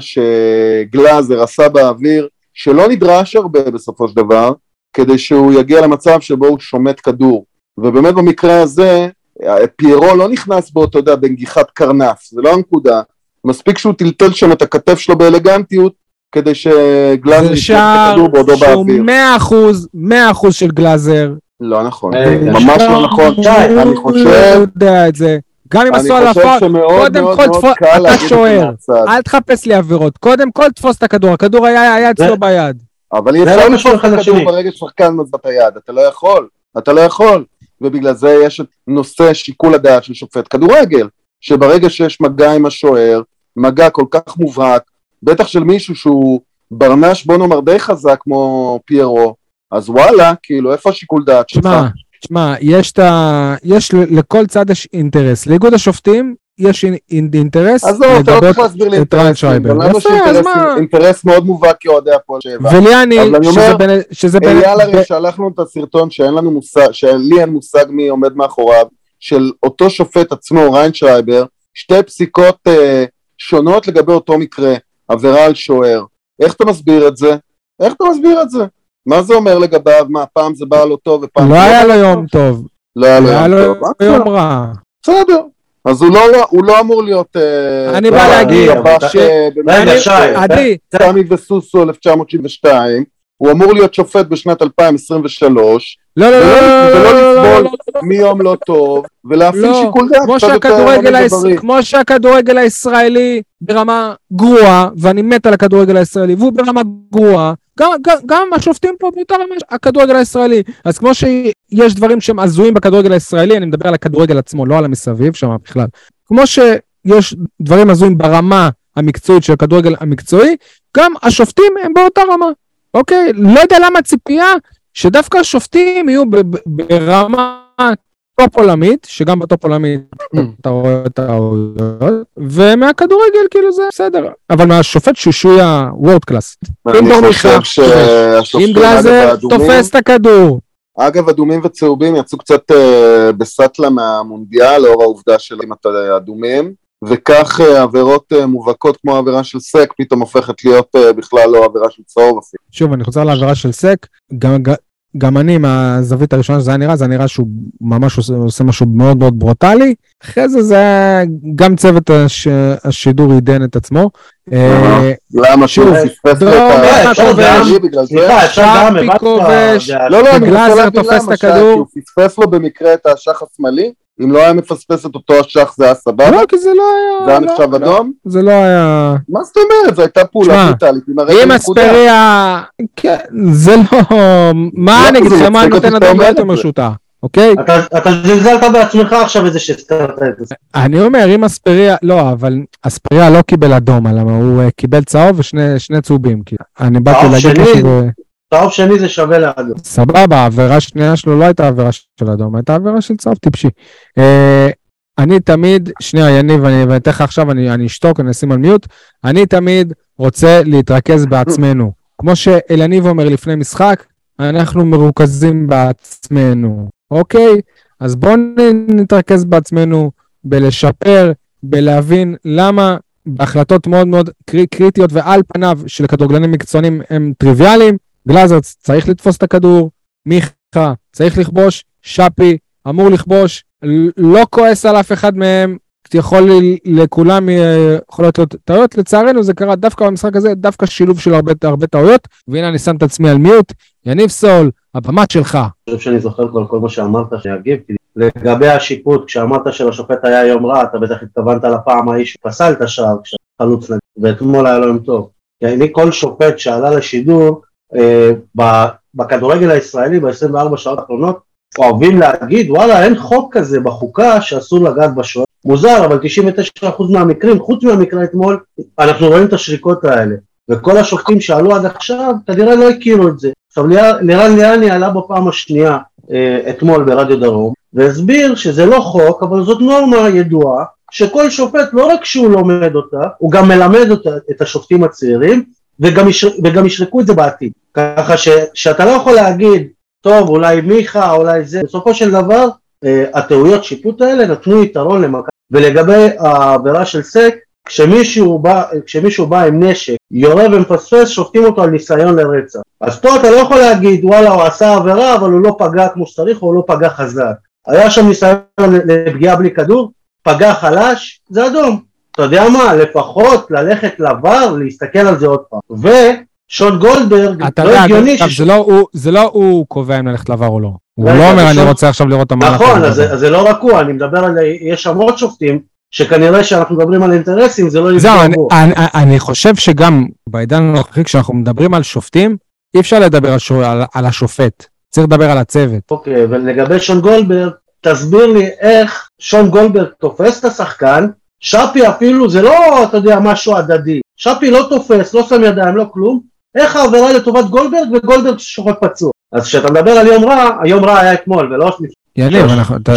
שגלאזר עשה באוויר, שלא נדרש הרבה בסופו של דבר, כדי שהוא יגיע למצב שבו הוא שומט כדור. ובאמת במקרה הזה, פיירו לא נכנס בו, אתה יודע, בנגיחת קרנף, זה לא הנקודה. מספיק שהוא טלטל שם את הכתף שלו באלגנטיות, כדי שגלאזר זה ישמט את שער הכדור בעודו שהוא באוויר. מאה אחוז, מאה אחוז של גלאזר. לא נכון, רגע, ממש לא נכון. שי, אני הוא חושב... לא יודע את זה. גם אם אני עשו על חושב הפאול, שמאוד קודם מאוד כל מאוד תפוס, קל אתה להגיד את זה שוער, מהצד. אל תחפש לי עבירות, קודם כל תפוס את הכדור, הכדור היה היה אצלו זה- ביד. אבל אי זה אפשר לא לתפוס משהו את אחד הכדור לשני. ברגע ששחקן מזל את היד, אתה לא יכול, אתה לא יכול, ובגלל זה יש את נושא שיקול הדעת של שופט כדורגל, שברגע שיש מגע עם השוער, מגע כל כך מובהק, בטח של מישהו שהוא ברנש בוא נאמר די חזק כמו פיירו, אז וואלה, כאילו איפה השיקול דעת שלך? תשמע, תשמע, יש את ה... יש ל- לכל צד יש אינטרס. לאיגוד השופטים יש אינ- אינ- אינטרס אז לא, אתה לא צריך להסביר לי את ריין אינטרסים, שרייבר. גם לנו יש יפה, אז אינטרס- מה? אינטרס מאוד מובהק כאוהדי הפועל שבע. וליאני, אבל אני שזה אומר, בין... שזה בין... אייל ב- הרי שלח לנו את הסרטון שאין לנו מושג, שלי אין מושג מי עומד מאחוריו, של אותו שופט עצמו, ריין שרייבר, שתי פסיקות אה, שונות לגבי אותו מקרה, עבירה על שוער. איך אתה מסביר את זה? איך אתה מסביר את זה? מה זה אומר לגביו? מה, פעם זה בא לו טוב ופעם... לא זה היה בא לו לו יום טוב. לא היה לו היה לו יום טוב. מה יום בסדר? רע. בסדר. אז הוא לא, הוא לא אמור להיות... אה, אני לא, בא להגיד טבח, ש- אה, רגע, באמת, שי, עדי, סמי וסוסו אלף תשע מאות תשעים ושתיים, הוא אמור להיות שופט בשנת אלפיים עשרים ושלוש, לא, לא, לא, ולא לא, לא, לא, לא, לסבול מיום לא טוב, ולהפעיל לא, שיקול דעת. כמו קצת יותר שהכדורגל עממי היש- ובריא. כמו שהכדורגל הישראלי ברמה גרועה, ואני מת על הכדורגל הישראלי, והוא ברמה גרועה, גם, גם, גם השופטים פה יותר הכדורגל הישראלי. אז כמו שיש דברים שהם הזויים בכדורגל הישראלי, אני מדבר על הכדורגל עצמו, לא על המסביב שם בכלל. כמו שיש דברים הזויים ברמה המקצועית של הכדורגל המקצועי, גם השופטים הם באותה רמה. אוקיי? לא יודע למה הציפייה שדווקא השופטים יהיו ב- ב- ברמה טופ עולמית, שגם בטופ עולמית אתה רואה את העויות, ומהכדורגל כאילו זה בסדר, אבל מהשופט שהוא יהיה וורד קלאס. אני חושב שהשופטים... אם גלאזר תופס את הכדור. אגב, אדומים וצהובים יצאו קצת uh, בסטלה מהמונדיאל, לאור העובדה של אם אתה אדומים, וכך uh, עבירות uh, מובהקות כמו העבירה של סק, פתאום הופכת להיות uh, בכלל לא עבירה של צהוב אפילו. שוב, אני חוזר לעבירה של סק, גם, גם אני מהזווית הראשונה שזה היה נראה, זה נראה שהוא ממש עושה, עושה משהו מאוד מאוד ברוטלי, אחרי זה זה גם צוות הש, השידור עידן את עצמו. למה שהוא פספס את הכדור? שרפי כובש, גלאזר תופס את הכדור. הוא פספס לו במקרה את השח השמאלי, אם לא היה מפספס את אותו השח זה היה סבבה? לא, כי זה לא היה... זה היה נחשב אדום? זה לא היה... מה זאת אומרת? זו הייתה פעולה ברוטלית. אם אספריה... זה לא... מה נגיד לך, מה נותן אדום יותר משוטה? אוקיי? אתה זלזלת בעצמך עכשיו איזה שהזכרת את זה. אני אומר, אם אספריה... לא, אבל אספריה לא קיבל אדום, למה הוא קיבל צהוב ושני צהובים. אני באתי להגיד משהו... צהוב שני זה שווה לאדום. סבבה, העבירה השנייה שלו לא הייתה עבירה של אדום, הייתה עבירה של צהוב טיפשי. אני תמיד, שנייה, יניב, ואני אתן לך עכשיו, אני אשתוק, אני אשים על מיוט, אני תמיד רוצה להתרכז בעצמנו. כמו שאליניב אומר לפני משחק, אנחנו מרוכזים בעצמנו, אוקיי? אז בואו נתרכז בעצמנו, בלשפר, בלהבין למה בהחלטות מאוד מאוד קריטיות ועל פניו של כדורגלנים מקצוענים הם טריוויאליים, גלאזר צריך לתפוס את הכדור, מיכה צריך לכבוש, שפי אמור לכבוש, לא כועס על אף אחד מהם, יכול לכולם יכולות להיות טעויות, לצערנו זה קרה דווקא במשחק הזה, דווקא שילוב של הרבה, הרבה טעויות, והנה אני שם את עצמי על מיוט, יניב סול, הבמת שלך. אני חושב שאני זוכר כל, כל מה שאמרת שאני כי לגבי השיפוט, כשאמרת שלשופט היה יום רע, אתה בטח התכוונת לפעם האיש, הוא פסל את השער כשחלוץ נגד, ואתמול היה לו יום טוב. כי אני כל שופט שעלה לשידור, אה, בכדורגל הישראלי, ב-עשרים וארבע שעות האחרונות, אוהבים להגיד, וואלה, אין חוק כזה בחוקה שאסור לגעת בשוער. מוזר, אבל תשעים ותשעה אחוז מהמקרים, חוץ מהמקרה אתמול, אנחנו רואים את השריקות האלה. וכל השופטים שעלו עד עכשיו, כנראה לא הכירו את זה. עכשיו, לירן ליאני עלה בפעם השנייה, אה, אתמול ברדיו דרום, והסביר שזה לא חוק, אבל זאת נורמה ידועה, שכל שופט, לא רק שהוא לומד אותה, הוא גם מלמד אותה, את השופטים הצעירים, וגם, ישר, וגם ישרקו את זה בעתיד. ככה ש, שאתה לא יכול להגיד, טוב, אולי מיכה, אולי זה, בסופו של דבר, אה, הטעויות שיפוט האלה נתנו יתרון למכבי. ולגבי העבירה של סק, כשמישהו בא, כשמישהו בא עם נשק, יורה ומפספס, שופטים אותו על ניסיון לרצח. אז פה אתה לא יכול להגיד, וואלה, הוא עשה עבירה, אבל הוא לא פגע כמו שצריך, או הוא לא פגע חזק. היה שם ניסיון לפגיעה בלי כדור, פגע חלש, זה אדום. אתה יודע מה, לפחות ללכת לבר, להסתכל על זה עוד פעם. ושון גולדברג, לא הגיוני ש... זה לא הוא קובע אם ללכת לבר או לא. הוא לא אומר, אני רוצה עכשיו לראות את המהלך. נכון, אז זה לא רק הוא, אני מדבר על, יש שם עוד שופטים, שכנראה שאנחנו מדברים על אינטרסים, זה לא יפגע בו. אני חושב שגם בעידן הנוכחי, כשאנחנו מדברים על שופטים, אי אפשר לדבר על השופט, צריך לדבר על הצוות. אוקיי, ולגבי שון גולדברג, תסביר לי איך שון גולדברג תופס את השחקן, שפי אפילו זה לא, אתה יודע, משהו הדדי, שפי לא תופס, לא שם ידיים, לא כלום, איך העבירה לטובת גולדברג וגולדברג שוחק פצוע. אז כשאתה מדבר על יום רע, היום רע היה אתמול, ולא... יניב,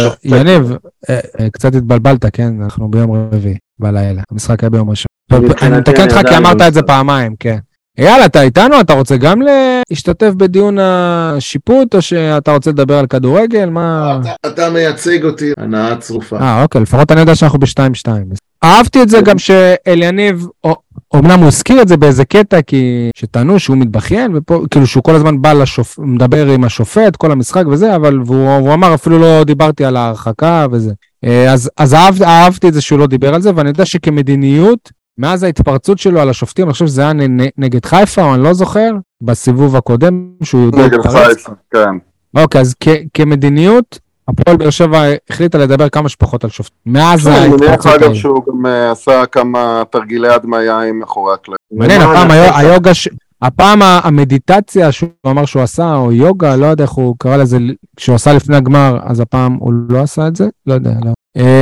יניב, קצת התבלבלת, כן? אנחנו ביום רביעי, בלילה, המשחק היה ביום ראשון. אני מתקן אותך כי אמרת את זה פעמיים, כן. יאללה, אתה איתנו? אתה רוצה גם להשתתף בדיון השיפוט, או שאתה רוצה לדבר על כדורגל? מה... אתה מייצג אותי, הנאה צרופה. אה, אוקיי, לפחות אני יודע שאנחנו ב-שתיים שתיים. אהבתי את זה גם שאליניב, אומנם הוא הזכיר את זה באיזה קטע, כי שטענו שהוא מתבכיין, ופה, כאילו שהוא כל הזמן בא לשופט, מדבר עם השופט, כל המשחק וזה, אבל הוא אמר, אפילו לא דיברתי על ההרחקה וזה. אז, אז אהב, אהבתי את זה שהוא לא דיבר על זה, ואני יודע שכמדיניות, מאז ההתפרצות שלו על השופטים, אני חושב שזה היה נגד חיפה, או אני לא זוכר, בסיבוב הקודם, שהוא... נגד חיפה, כן. אוקיי, אז כ- כמדיניות, הפועל באר שבע החליטה לדבר כמה שפחות על שופטים. מאז ההתפרצות... אני מניח אגב שהוא גם עשה כמה תרגילי הדמיה עם מאחורי הקלעים. מעניין, הפעם היוגה, הפעם המדיטציה שהוא אמר שהוא עשה, או יוגה, לא יודע איך הוא קרא לזה, כשהוא עשה לפני הגמר, אז הפעם הוא לא עשה את זה? לא יודע, לא.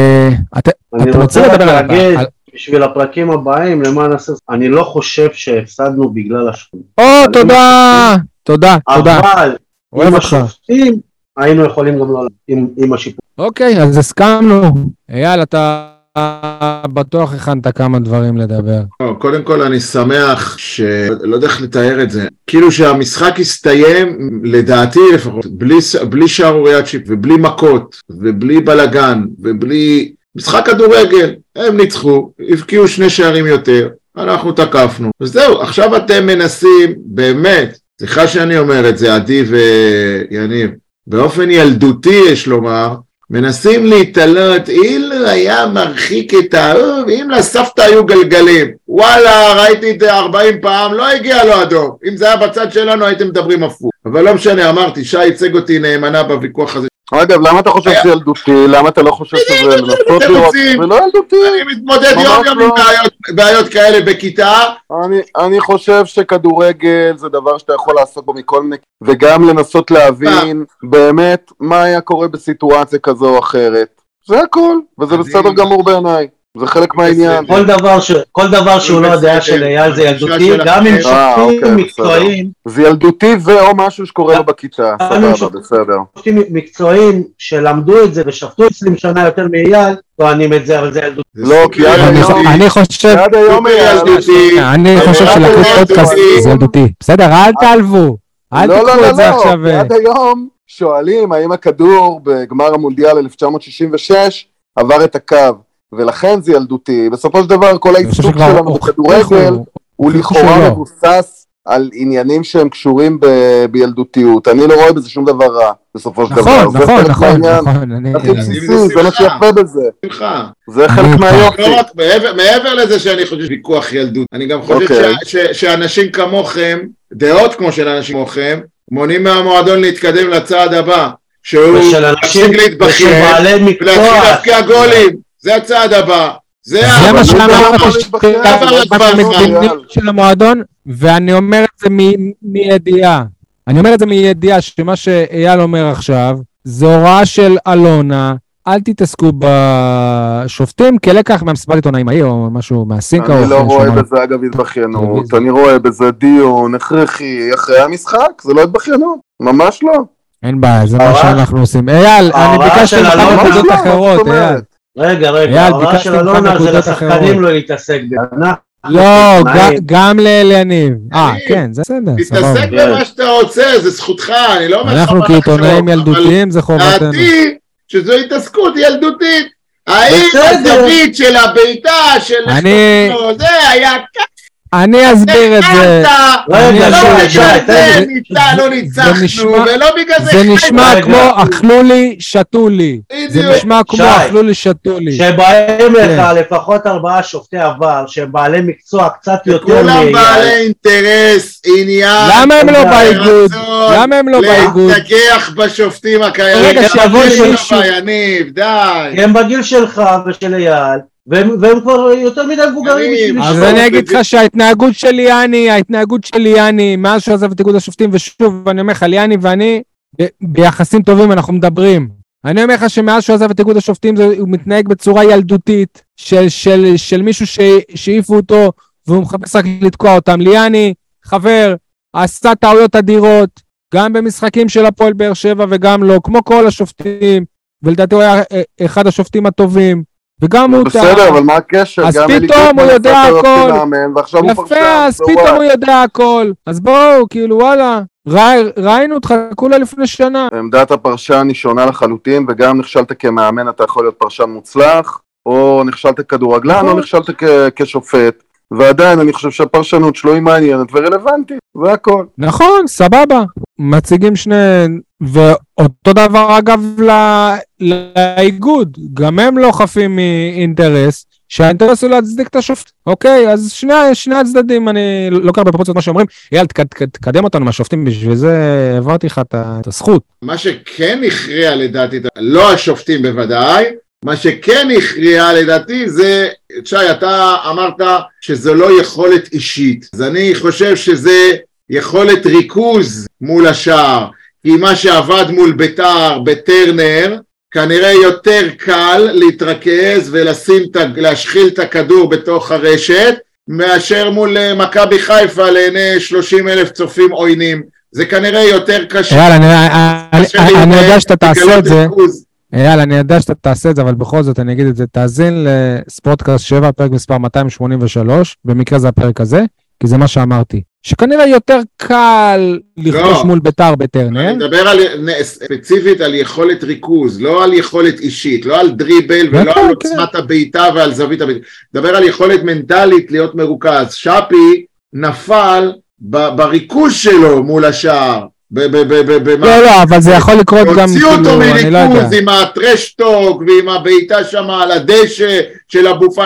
אני רוצה להגיד... בשביל הפרקים הבאים, למען הסרט, אני לא חושב שהפסדנו בגלל השופטים. או, תודה, תודה, תודה. אבל, עם השופטים, היינו יכולים גם לא עם, עם השיפור. אוקיי, אז הסכמנו. אייל, אתה בטוח הכנת כמה דברים לדבר. קודם כל אני שמח שלא יודע איך לתאר את זה, כאילו שהמשחק הסתיים לדעתי לפחות, בלי, בלי שערוריית שיפ ובלי מכות ובלי בלגן ובלי משחק כדורגל, הם ניצחו, הבקיעו שני שערים יותר, אנחנו תקפנו, וזהו, עכשיו אתם מנסים באמת, סליחה שאני אומר את זה, עדי ויניב, באופן ילדותי יש לומר, מנסים להתעלות, אילו היה מרחיק את האהוב, אם לסבתא היו גלגלים, וואלה, ראיתי את זה ארבעים פעם, לא הגיע לו אדום, אם זה היה בצד שלנו הייתם מדברים הפוך, אבל לא משנה, אמרתי, שי ייצג אותי נאמנה בוויכוח הזה. אגב, למה אתה חושב שזה ילדותי? למה אתה לא חושב שזה לנסות לראות? זה לא ילדותי. אני מתמודד יום יום עם בעיות כאלה בכיתה. אני חושב שכדורגל זה דבר שאתה יכול לעשות בו מכל מיני, וגם לנסות להבין באמת מה היה קורה בסיטואציה כזו או אחרת. זה הכל, וזה בסדר גמור בעיניי. זה חלק מהעניין. כל דבר ש... כל דבר שהוא לא יודע של אייל זה ילדותי, גם עם שופטים מקצועיים. זה ילדותי ואו משהו שקורה לו בכיתה, סבבה, בסדר. שופטים מקצועיים שלמדו את זה ושפטו עשרים שנה יותר מאייל, טוענים את זה, אבל זה ילדותי. לא, כי עד היום... אני חושב... עד היום ילדותי. אני חושב שלקחת פודקאסט זה ילדותי. בסדר, אל תעלבו. אל תקחו את זה עכשיו. עד היום שואלים האם הכדור בגמר המונדיאל אלף תשע מאות שישים ושש עבר את הקו. ולכן זה ילדותי, בסופו של דבר כל העיסוק שלנו בכדורגל הוא לכאורה מבוסס על עניינים שהם קשורים בילדותיות, אני לא רואה בזה שום דבר רע בסופו של דבר. נכון, נכון, נכון, הכי בסיסי, זה מה שיפה בזה, זה חלק מהיופי. מעבר לזה שאני חושב ויכוח ילדות, אני גם חושב שאנשים כמוכם, דעות כמו של אנשים כמוכם, מונעים מהמועדון להתקדם לצעד הבא, שהוא מפסיק להתבכיין ולהתחיל להפקיע גולים. זה הצעד הבא, זה מה שאמרתי של המועדון, ואני אומר את זה מידיעה, אני אומר את זה מידיעה, שמה שאייל אומר עכשיו, זה הוראה של אלונה, אל תתעסקו בשופטים, כלקח מהמסיבת עיתונאים ההיא, או משהו מהסינקה. אני לא רואה בזה אגב התבכיינות, אני רואה בזה דיון הכרחי אחרי המשחק, זה לא התבכיינות, ממש לא. אין בעיה, זה מה שאנחנו עושים. אייל, אני ביקשתי לך נקודות אחרות, אייל. רגע, רגע, ההוראה של אלונה זה לשחקנים לא להתעסק בזה. לא, גם ליניב. אה, כן, זה בסדר. תתעסק במה שאתה רוצה, זה זכותך, אני לא אומר לך אנחנו כעיתונאים ילדותיים, זה חובתנו. דעתי שזו התעסקות ילדותית. האם הזווית של הביתה, של השקופים, זה היה ככה. אני אסביר את זה. לא בגלל זה לא ניצחנו, ולא בגלל זה... זה נשמע כמו אכלו לי, שתו לי. זה נשמע כמו אכלו לי, שתו לי. שבאים לך לפחות ארבעה שופטי עבר, שהם בעלי מקצוע קצת יותר... כולם בעלי אינטרס, עניין... למה הם לא באיגוד? למה הם לא באיגוד? להתנגח בשופטים הקיימים. רגע, שיבוא מישהו... די. כי הם בגיל שלך ושל אייל. והם כבר יותר מדי מבוגרים. אז אני אגיד לך שההתנהגות של ליאני, ההתנהגות של ליאני, מאז שהוא עזב את איגוד השופטים, ושוב, אני אומר לך, ליאני ואני, ביחסים טובים אנחנו מדברים. אני אומר לך שמאז שהוא עזב את איגוד השופטים, הוא מתנהג בצורה ילדותית, של מישהו שהעיפו אותו, והוא מחפש רק לתקוע אותם. ליאני, חבר, עשה טעויות אדירות, גם במשחקים של הפועל באר שבע, וגם לא, כמו כל השופטים, ולדעתי הוא היה אחד השופטים הטובים, וגם הוא... בסדר, אבל מה הקשר? אז פתאום הוא יודע הכל. יפה, אז פתאום הוא יודע הכל. אז בואו, כאילו, וואלה, ראינו אותך כולה לפני שנה. עמדת הפרשן היא שונה לחלוטין, וגם נכשלת כמאמן, אתה יכול להיות פרשן מוצלח, או נכשלת כדורגלן, או נכשלת כשופט. ועדיין אני חושב שהפרשנות שלו היא מעניינת ורלוונטית, זה הכל. נכון, סבבה. מציגים שני... ואותו דבר אגב לאיגוד, גם הם לא חפים מאינטרס, שהאינטרס הוא להצדיק את השופט. אוקיי, אז שני, שני הצדדים, אני לא קרא בפרופורציות מה שאומרים, יאל, תקדם אותנו מהשופטים, בשביל זה העברתי לך את הזכות. מה שכן הכריע לדעתי, לא השופטים בוודאי, מה שכן הכריע לדעתי זה, שי, אתה אמרת שזו לא יכולת אישית, אז אני חושב שזה יכולת ריכוז מול השאר, כי מה שעבד מול ביתר בטרנר, כנראה יותר קל להתרכז ולשים, להשחיל את הכדור בתוך הרשת, מאשר מול מכבי חיפה לעיני שלושים אלף צופים עוינים. זה כנראה יותר קשה. יאללה, אני יודע שאתה תעשה את זה, יאללה, אני יודע שאתה תעשה את זה, אבל בכל זאת אני אגיד את זה, תאזין לספורטקאסט שבע, פרק מספר מאתיים שמונים ושלוש, במקרה זה הפרק הזה, כי זה מה שאמרתי, שכנראה יותר קל לכבוש מול בית"ר בטרנר. אני מדבר על, ספציפית על יכולת ריכוז, לא על יכולת אישית, לא על דריבל ולא על עוצמת הבעיטה ועל זווית הבעיטה, מדבר על יכולת מנטלית להיות מרוכז. שפי נפל בריכוז שלו מול השער. לא, לא, אבל זה יכול לקרות גם, הוציאו אותו מריכוז עם הטרשטוק ועם הבעיטה שם על הדשא של הבופה,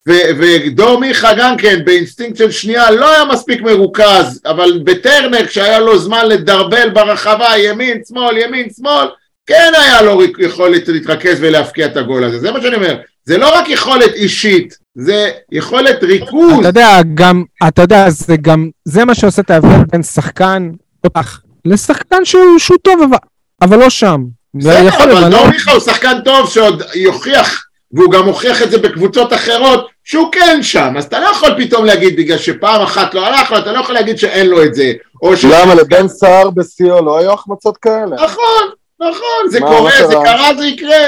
ודור מיכה גם כן באינסטינקט של שנייה לא היה מספיק מרוכז, אבל בטרנר כשהיה לו זמן לדרבל ברחבה ימין שמאל ימין שמאל כן היה לו יכולת להתרכז ולהפקיע את הגול הזה. זה מה שאני אומר, זה לא רק יכולת אישית, זה יכולת ריכוז. אתה יודע, גם, אתה יודע, זה גם, זה מה שעושה את ההבדל בין שחקן לשחקן שהוא, שהוא טוב, אבל, אבל לא שם. זה אבל, אבל דור מיכה הוא שחקן טוב שעוד יוכיח, והוא גם הוכיח את זה בקבוצות אחרות, שהוא כן שם, אז אתה לא יכול פתאום להגיד, בגלל שפעם אחת לא הלך לו, אתה לא יכול להגיד שאין לו את זה. למה לבן סער בסיוע לא היו החמצות כאלה? נכון, נכון, זה קורה, זה קרה, זה יקרה.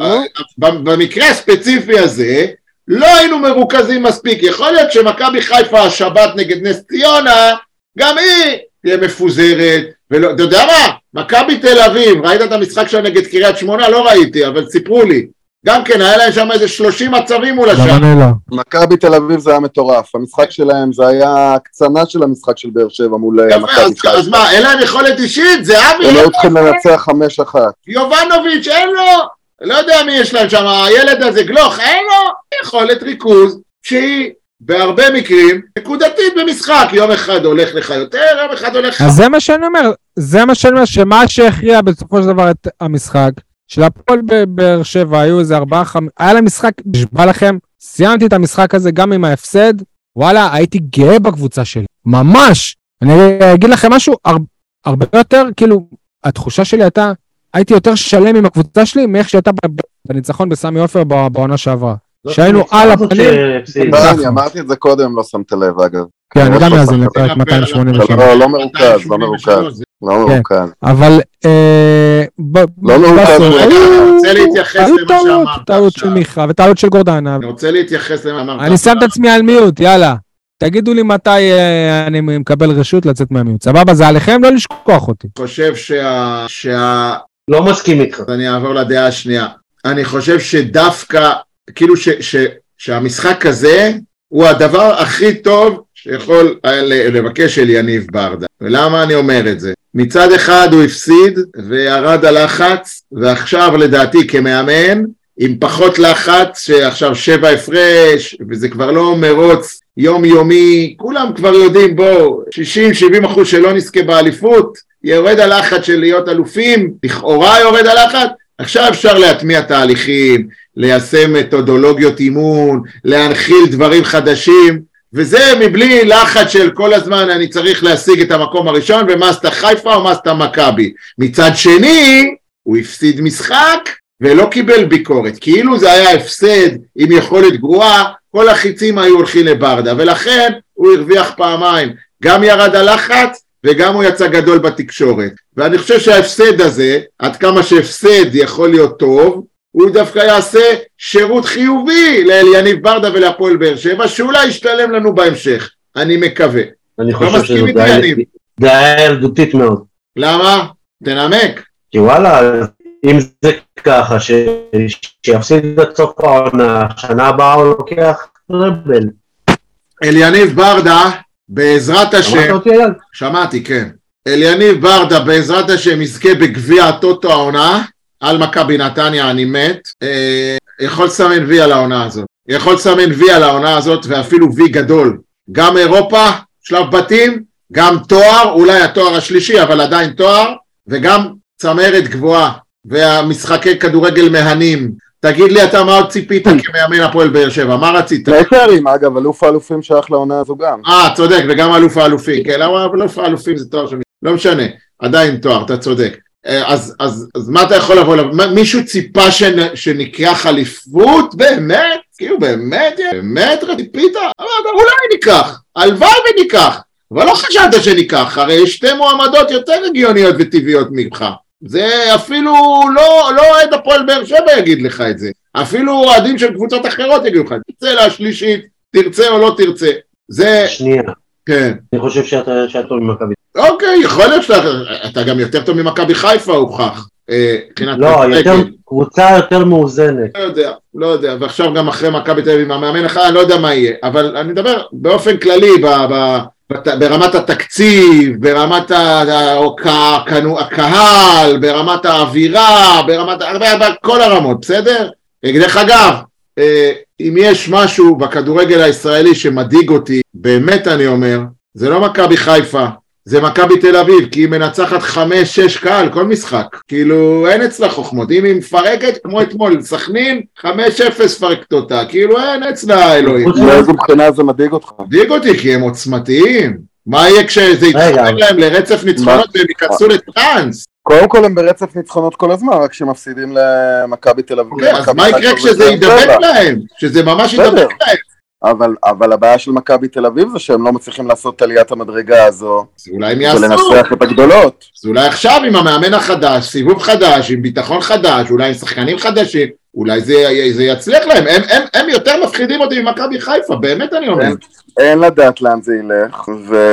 במקרה הספציפי הזה, לא היינו מרוכזים מספיק, יכול להיות שמכבי חיפה השבת נגד נס ציונה, גם היא תהיה מפוזרת, ואתה יודע מה, מכבי תל אביב, ראית את המשחק שלה נגד קריית שמונה? לא ראיתי, אבל סיפרו לי. גם כן, היה להם שם איזה שלושים מצבים מול השאר. מכבי תל אביב זה היה מטורף, המשחק שלהם זה היה הקצנה של המשחק של באר שבע מול מכבי חיפה. אז מה, אין להם יכולת אישית? זה אבי? הם לא צריכים לנצח חמש אחת. יובנוביץ' אין לו, לא יודע מי יש להם שם, הילד הזה גלוך, אין לו יכולת ריכוז שהיא בהרבה מקרים נקודתית במשחק, יום אחד הולך לך יותר, יום אחד הולך לך. אז זה מה שאני אומר, זה מה שאני אומר, שמה שהכריע בסופו של דבר את המשחק, של הפועל בבאר שבע, היו איזה ארבעה, חמ... היה להם משחק, נשבע לכם, סיימתי את המשחק הזה גם עם ההפסד, וואלה, הייתי גאה בקבוצה שלי, ממש, אני אגיד לכם משהו, הר... הרבה יותר, כאילו, התחושה שלי הייתה, הייתי יותר שלם עם הקבוצה שלי, מאיך שהייתה בניצחון בסמי עופר בעונה שעברה, שהיינו על הפנים, אני אמרתי את זה קודם, לא שמת לב אגב. כן, אני גם יאזין לפרק מאתיים שמונים ושבע. לא, לא מרוכז, לא מרוכז. לא מרוכז. אבל... לא מרוכז. אני רוצה להתייחס למה שאמרת. טעות של מיכה וטעות של גורדנה. אני רוצה להתייחס למה שאמרת. אני שם את עצמי על מיוט, יאללה. תגידו לי מתי אני מקבל רשות לצאת מהמיוט. סבבה, זה עליכם לא לשכוח אותי. אני חושב שה... לא מסכים איתך. אני אעבור לדעה השנייה. אני חושב שדווקא, כאילו שהמשחק הזה הוא הדבר הכי טוב שיכול לבקש של יניב ברדה. ולמה אני אומר את זה? מצד אחד הוא הפסיד וירד הלחץ, ועכשיו לדעתי כמאמן, עם פחות לחץ, שעכשיו שבע הפרש, וזה כבר לא מרוץ יומיומי, כולם כבר יודעים, בוא, שישים שבעים אחוז שלא נזכה באליפות, יורד הלחץ של להיות אלופים, לכאורה יורד הלחץ, עכשיו אפשר להטמיע תהליכים, ליישם מתודולוגיות אימון, להנחיל דברים חדשים, וזה מבלי לחץ של כל הזמן אני צריך להשיג את המקום הראשון, ומה עשתה חיפה או מה עשתה מכבי. מצד שני, הוא הפסיד משחק ולא קיבל ביקורת, כאילו זה היה הפסד עם יכולת גרועה, כל החיצים היו הולכים לברדה, ולכן הוא הרוויח פעמיים, גם ירד הלחץ וגם הוא יצא גדול בתקשורת. ואני חושב שההפסד הזה, עד כמה שהפסד יכול להיות טוב, הוא דווקא יעשה שירות חיובי לאליניב ברדה ולהפועל באר שבע, שאולי ישתלם לנו בהמשך, אני מקווה. אני חושב שזו דעה ילדותית מאוד. למה? תנמק. כי וואלה, אם זה ככה, שיפסיד את סוף העונה, שנה הבאה הוא לוקח רבל. אליניב ברדה, בעזרת השם, שמעת אותי אייל? שמעתי, כן. אליניב ברדה, בעזרת השם, יזכה בגביע הטוטו העונה, על מכבי נתניה, אני מת, אה, יכול לסמן וי על העונה הזאת. יכול לסמן וי על העונה הזאת, ואפילו וי גדול. גם אירופה, שלב בתים, גם תואר, אולי התואר השלישי, אבל עדיין תואר, וגם צמרת גבוהה, והמשחקי כדורגל מהנים. תגיד לי, אתה מה עוד ציפית כמאמן הפועל באר שבע? מה רצית? נתארים, אגב, אלוף האלופים שייך לעונה הזו גם. אה, צודק, וגם אלוף האלופים. כן, אלוף האלופים זה תואר שני. לא משנה, עדיין תואר, אתה צודק. אז, אז, אז מה אתה יכול לבוא? מישהו ציפה שניקח אליפות? באמת? כאילו באמת? באמת ציפית? אולי ניקח, הלוואי וניקח. אבל לא חשבת שניקח, הרי יש שתי מועמדות יותר הגיוניות וטבעיות ממך. זה אפילו לא, לא אוהד הפועל באר שבע יגיד לך את זה. אפילו אוהדים של קבוצות אחרות יגידו לך, תרצה להשלישית, תרצה או לא תרצה. זה... שנייה. כן. אני חושב שאתה, שאתה טוב ממכבי. אוקיי, יכול להיות שאתה אתה גם יותר טוב ממכבי חיפה, הוכח. לא, יותר, קבוצה יותר מאוזנת. לא יודע, לא יודע, ועכשיו גם אחרי מכבי תל אביב, המאמן אחד, אני לא יודע מה יהיה, אבל אני מדבר באופן כללי, ב, ב, ב, ברמת התקציב, ברמת הקהל, ברמת האווירה, ברמת, כל הרמות, בסדר? דרך אגב, אם יש משהו בכדורגל הישראלי שמדאיג אותי, באמת אני אומר, זה לא מכבי חיפה, זה מכבי תל אביב, כי היא מנצחת חמש שש קהל, כל משחק. כאילו, אין אצלה חוכמות. אם היא מפרקת, כמו אתמול, סכנין, חמש אפס פרקת אותה. כאילו, אין אצלה אלוהים. מאיזו מבחינה זה מדאיג אותך? מדאיג אותי, כי הם עוצמתיים. מה יהיה כשזה יתחבר להם לרצף ניצחונות והם ייכנסו לטרנס? קודם כל הם ברצף ניצחונות כל הזמן, רק שמפסידים למכבי תל אביב. אוקיי, אז מה יקרה כשזה ידבק להם? שזה ממש ידבק להם. אבל, אבל הבעיה של מכבי תל אביב זה שהם לא מצליחים לעשות את עליית המדרגה הזו. אולי הם יעשו. ולנסח את הגדולות. אז אולי עכשיו עם המאמן החדש, סיבוב חדש, עם ביטחון חדש, אולי עם שחקנים חדשים, אולי זה, זה יצליח להם. הם, הם, הם יותר מפחידים אותי ממכבי חיפה, באמת אני אומר. אין, אין לדעת לאן זה ילך,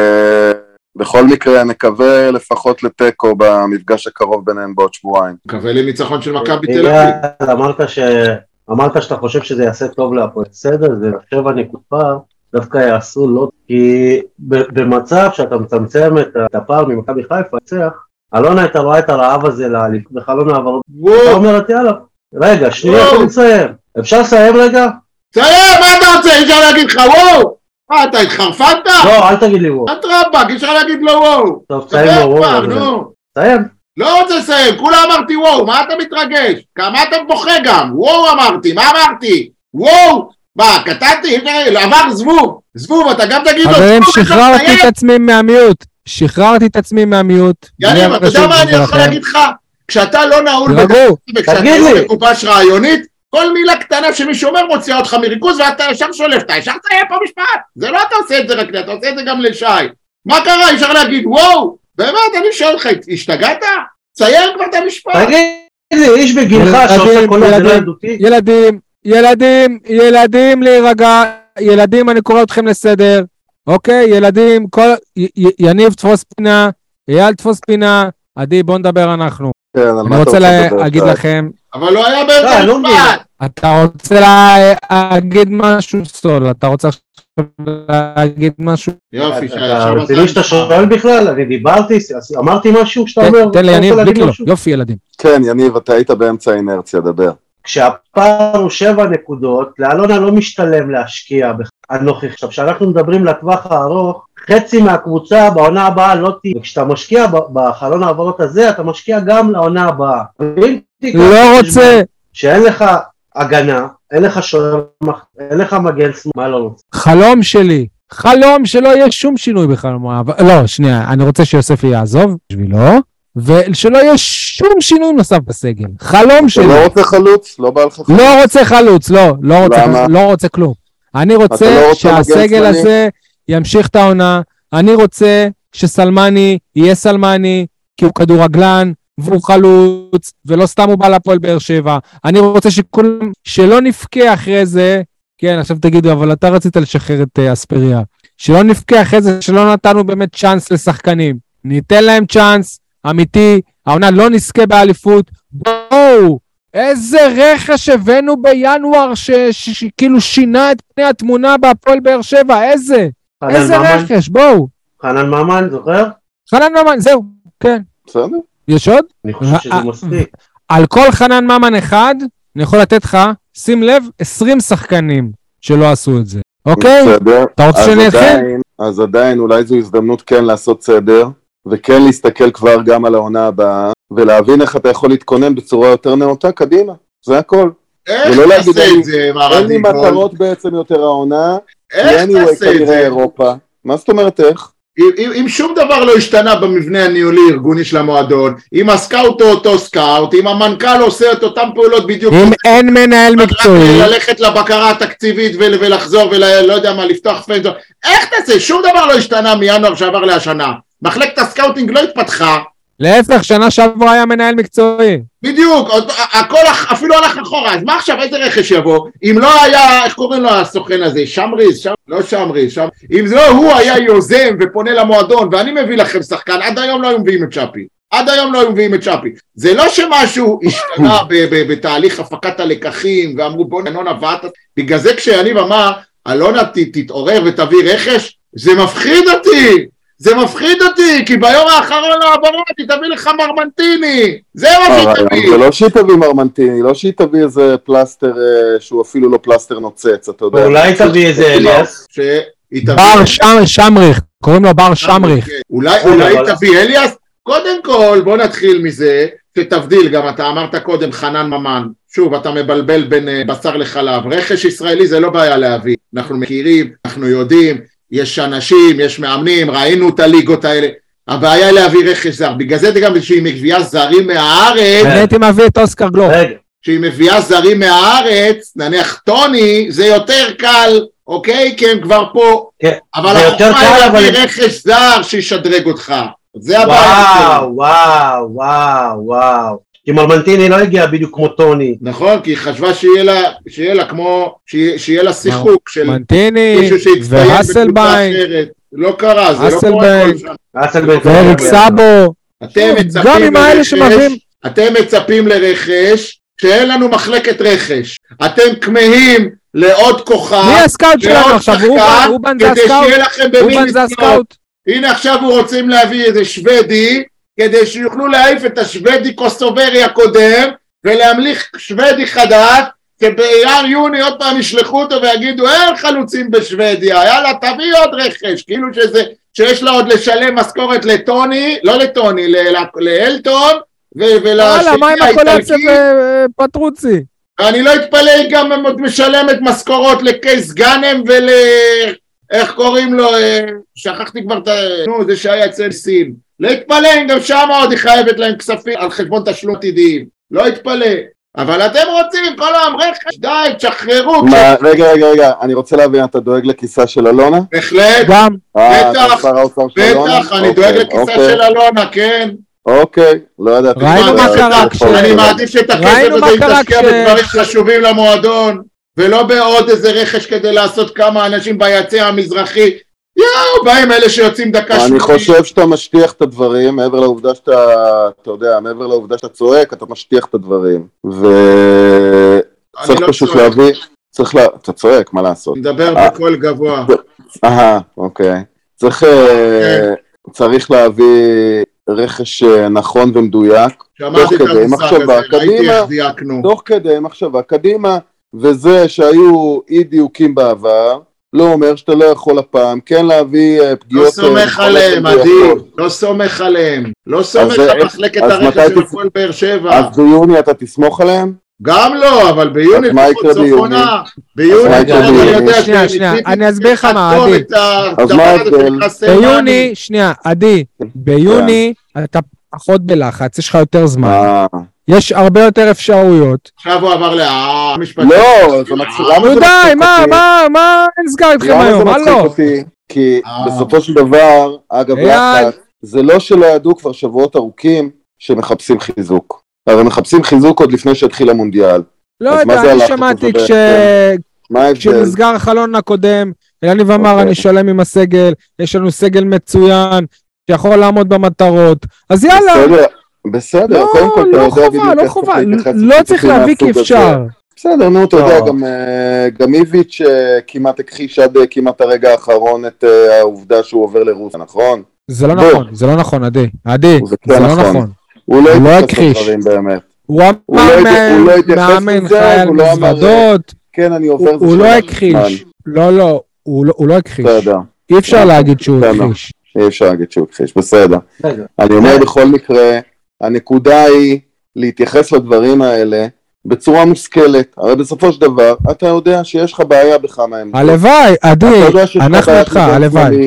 ובכל מקרה נקווה לפחות לטקו במפגש הקרוב ביניהם בעוד שבועיים. נקווה לניצחון של מכבי תל אביב. אמרת ש... אמרת שאתה חושב שזה יעשה טוב להפועל, בסדר, זה שבע נקודות פער, דווקא יעשו לא, כי במצב שאתה מצמצם את הפער ממכבי חיפה, יצח, אלונה אתה רואה את הרעב הזה בחלון העברות, אתה אומרת יאללה, רגע, שנייה, אתה מסיים, אפשר לסיים רגע? סיים, מה אתה רוצה? אי אפשר להגיד לך וואו? מה, אתה התחרפנת? לא, אל תגיד לי וואו. את רבק, אי אפשר להגיד לו וואו. טוב, סיים לו וואו. סיים. לא רוצה לסיים, כולה אמרתי וואו, מה אתה מתרגש? כמה אתה בוכה גם? וואו אמרתי, מה אמרתי? וואו, מה, קטנתי? עבר זבוב, זבוב, אתה גם תגיד לו... חברים, שחררתי את עצמי מהמיוט, שחררתי את עצמי מהמיוט. יאללה, אתה יודע מה אני יכול להגיד לך? כשאתה לא נעול וכשאתה לא מקופש רעיונית, כל מילה קטנה שמישהו אומר מוציאה אותך מריכוז ואתה ישר שולף, אתה ישר תהיה פה משפט. זה לא אתה עושה את זה רק לי, אתה עושה את זה גם לשי. מה קרה? אפשר להגיד וואו, באמת, אני שואל לך, השתגעת? צייר כבר את המשפט. תגיד לי, איש בגילך שעושה כל זה לא ילדותי. ילדים, ילדים, ילדים להירגע, ילדים אני קורא אתכם לסדר, אוקיי? ילדים, יניב תפוס פינה, אייל תפוס פינה, עדי בוא נדבר אנחנו. אני רוצה להגיד לכם. אבל לא היה באמצע משפט. אתה רוצה להגיד משהו סול, אתה רוצה להגיד משהו? יופי, אתה רציני שאתה שואל בכלל, אני דיברתי, אמרתי משהו שאתה אומר? תן לי יניב, בלי כלום, יופי ילדים. כן, יניב, אתה היית באמצע האינרציה, דבר. כשהפער הוא שבע נקודות, לאלונה לא משתלם להשקיע הנוכחי. עכשיו, כשאנחנו מדברים לטווח הארוך, חצי מהקבוצה בעונה הבאה לא תהיה, וכשאתה משקיע בחלון העברות הזה, אתה משקיע גם לעונה הבאה. לא רוצה. שאין לך הגנה, אין לך שוער, אין לך מגן שמאל, מה לא רוצה? חלום שלי, חלום שלא יהיה שום שינוי בחלום, לא, שנייה, אני רוצה שיוסף יעזוב, בשבילו, ושלא יהיה שום שינוי נוסף בסגל, חלום שלי. לא רוצה חלוץ, לא בא לך חלוץ. לא רוצה חלוץ, לא, לא רוצה, לא רוצה כלום. אני רוצה שהסגל הזה ימשיך את העונה, אני רוצה שסלמני יהיה סלמני, כי הוא כדורגלן, והוא חלוץ, ולא סתם הוא בא לפועל באר שבע. אני רוצה שכולם, שלא נפקע אחרי זה, כן, עכשיו תגידו, אבל אתה רצית לשחרר את uh, אספריה, שלא נפקע אחרי זה, שלא נתנו באמת צ'אנס לשחקנים. ניתן להם צ'אנס, אמיתי, העונה לא נזכה באליפות, בואו, איזה רכש הבאנו בינואר, שכאילו שינה את פני התמונה בהפועל באר שבע, איזה, איזה רכש, בואו. חנן ממן, זוכר? חנן ממן, זהו, כן. בסדר. יש עוד? אני חושב שזה מספיק. על כל חנן ממן אחד, אני יכול לתת לך, שים לב, עשרים שחקנים שלא עשו את זה. אוקיי? בסדר. אתה רוצה שאני אתחיל? אז עדיין, אולי זו הזדמנות כן לעשות סדר, וכן להסתכל כבר גם על העונה הבאה, ולהבין איך אתה יכול להתכונן בצורה יותר נאותה קדימה. זה הכל. איך תעשה את זה, מרדי? אין לי מטרות בעצם יותר העונה, איך תעשה את זה? אירופה. מה זאת אומרת איך? אם, אם שום דבר לא השתנה במבנה הניהולי ארגוני של המועדון, אם הסקאוט הוא אותו סקאוט, אם המנכ"ל עושה את אותם פעולות בדיוק, אם אין מנהל מקצועי, ללכת לבקרה התקציבית ולחזור ולא יודע מה, לפתוח פנדור, איך תעשה? שום דבר לא השתנה מינואר שעבר להשנה, מחלקת הסקאוטינג לא התפתחה, להפך, שנה שעברה היה מנהל מקצועי. בדיוק, הכל אפילו הלך אחורה, אז מה עכשיו, איזה רכש יבוא? אם לא היה, איך קוראים לו הסוכן הזה, שמריז, שם, לא שמריז, שם, אם לא הוא היה יוזם ופונה למועדון, ואני מביא לכם שחקן, עד היום לא היו מביאים את שפי, עד היום לא היו מביאים את שפי, זה לא שמשהו השתנה בתהליך הפקת הלקחים, ואמרו בוא נענון הבאת, בגלל זה כשאני אמר, אלונה תתעורר ותביא רכש, זה מפחיד אותי, זה מפחיד אותי, כי ביום האחרון העברות היא תביא לך מרמנטיני, זה מה שהיא תביא. זה לא שהיא תביא מרמנטיני, לא שהיא תביא איזה פלסטר שהוא אפילו לא פלסטר נוצץ, אתה יודע. אולי תביא איזה אליאס. בר שמריך, קוראים לו בר שמריך. אולי תביא אליאס? קודם כל, בוא נתחיל מזה, שתבדיל, גם אתה אמרת קודם חנן ממן, שוב, אתה מבלבל בין בשר לחלב, רכש ישראלי זה לא בעיה להביא, אנחנו מכירים, אנחנו יודעים, יש אנשים, יש מאמנים, ראינו את הליגות האלה, הבעיה להביא רכש זר, בגלל זה גם שהיא מביאה זרים מהארץ, אני הייתי מביא את אוסקר גלוך, שהיא מביאה זרים מהארץ, נניח טוני, זה יותר קל, אוקיי? כי הם כבר פה, אבל החוכמה היא להביא רכש זר שישדרג אותך, זה הבעיה. וואו, וואו, וואו, וואו. כי מרמנטיני לא הגיע בדיוק כמו טוני. נכון, כי היא חשבה שיהיה לה, שיהיה לה כמו, שיהיה לה שיחוק של מרמנטיני והסלביין. לא קרה, זה לא קורה כל שם. ואריק סאבו. אתם מצפים לרכש, אתם מצפים לרכש, שאין לנו מחלקת רכש. אתם כמהים לעוד כוכב, מי הסקאוט שלנו עכשיו? אובן זה הסקאוט? אובן זה הסקאוט? הנה עכשיו הוא רוצים להביא איזה שוודי, כדי שיוכלו להעיף את השוודי קוסוברי הקודם, ולהמליך שוודי חדש, שבאייר יוני עוד פעם ישלחו אותו ויגידו, אין חלוצים בשוודיה, יאללה תביא עוד רכש, כאילו שזה, שיש לה עוד לשלם משכורת לטוני, לא לטוני, לאלטון, וואלה, מה עם הקולציה ופטרוצי? אני לא אתפלא, היא גם משלמת משכורות לקייס גאנם ול... איך קוראים לו, שכחתי כבר את ה... נו, זה שהיה אצל סין. לא התפלא, גם שם עוד היא חייבת להם כספים על חשבון תשלום עתידיים. לא התפלא. אבל אתם רוצים, כל העם רכש, די, תשחררו. רגע, רגע, רגע, אני רוצה להבין, אתה דואג לכיסה של אלונה? בהחלט. גם. בטח, בטח, אני דואג לכיסה של אלונה, כן. אוקיי, לא ידעתי. ראינו מה קרה כש... אני מעדיף שאת הכסף הזה יתשקיע בדברים חשובים למועדון. ולא בעוד איזה רכש כדי לעשות כמה אנשים ביציע המזרחי, יאו, באים אלה שיוצאים דקה שמונים. אני חושב שאתה משטיח את הדברים, מעבר לעובדה שאתה, אתה יודע, מעבר לעובדה שאתה צועק, אתה משטיח את הדברים. וצריך פשוט להביא, צריך לה... אתה צועק, מה לעשות? מדבר בקול גבוה. אהה, אוקיי. צריך, צריך להביא רכש נכון ומדויק, תוך כדי מחשבה קדימה, תוך כדי מחשבה קדימה, וזה שהיו אי דיוקים בעבר, לא אומר שאתה לא יכול הפעם, כן להביא פגיעות... לא סומך עליהם, עדי, לא סומך עליהם, לא סומך על מחלקת הרכש של הפועל באר שבע. אז ביוני אתה תסמוך עליהם? גם לא, אבל ביוני פחות סוף עונה. ביוני, שנייה, שנייה, אני אסביר לך מה, עדי. אז מה ההבדל? ביוני, שנייה, עדי, ביוני אתה פחות בלחץ, יש לך יותר זמן. יש הרבה יותר אפשרויות. עכשיו הוא עבר לה... לא, זה מצחיק. נו די, מה, מה, מה נסגר איתכם היום, מה לא? כי בסופו של דבר, אגב, זה לא שלא ידעו כבר שבועות ארוכים שמחפשים חיזוק. הרי מחפשים חיזוק עוד לפני שהתחיל המונדיאל. לא יודע, אני שמעתי כשנסגר החלון הקודם, אלניב אמר אני שלם עם הסגל, יש לנו סגל מצוין, שיכול לעמוד במטרות, אז יאללה. בסדר, קודם כל, לא חובה, לא חובה, לא צריך להביא כי אפשר. בסדר, נו, אתה יודע, גם איביץ' כמעט הכחיש עד כמעט הרגע האחרון את העובדה שהוא עובר לרוסיה, נכון? זה לא נכון, זה לא נכון, עדי, עדי, זה לא נכון. הוא לא הכחיש. הוא אמר מאמן חייל מזוודות, כן, אני עובר הוא לא הכחיש, לא, לא, הוא לא הכחיש. אי אפשר להגיד שהוא הכחיש. אי אפשר להגיד שהוא הכחיש, בסדר. אני אומר בכל מקרה, הנקודה היא להתייחס לדברים האלה בצורה מושכלת. הרי בסופו של דבר, אתה יודע שיש לך בעיה בכמה עמדות. הלוואי, עדי, אנחנו איתך, הלוואי.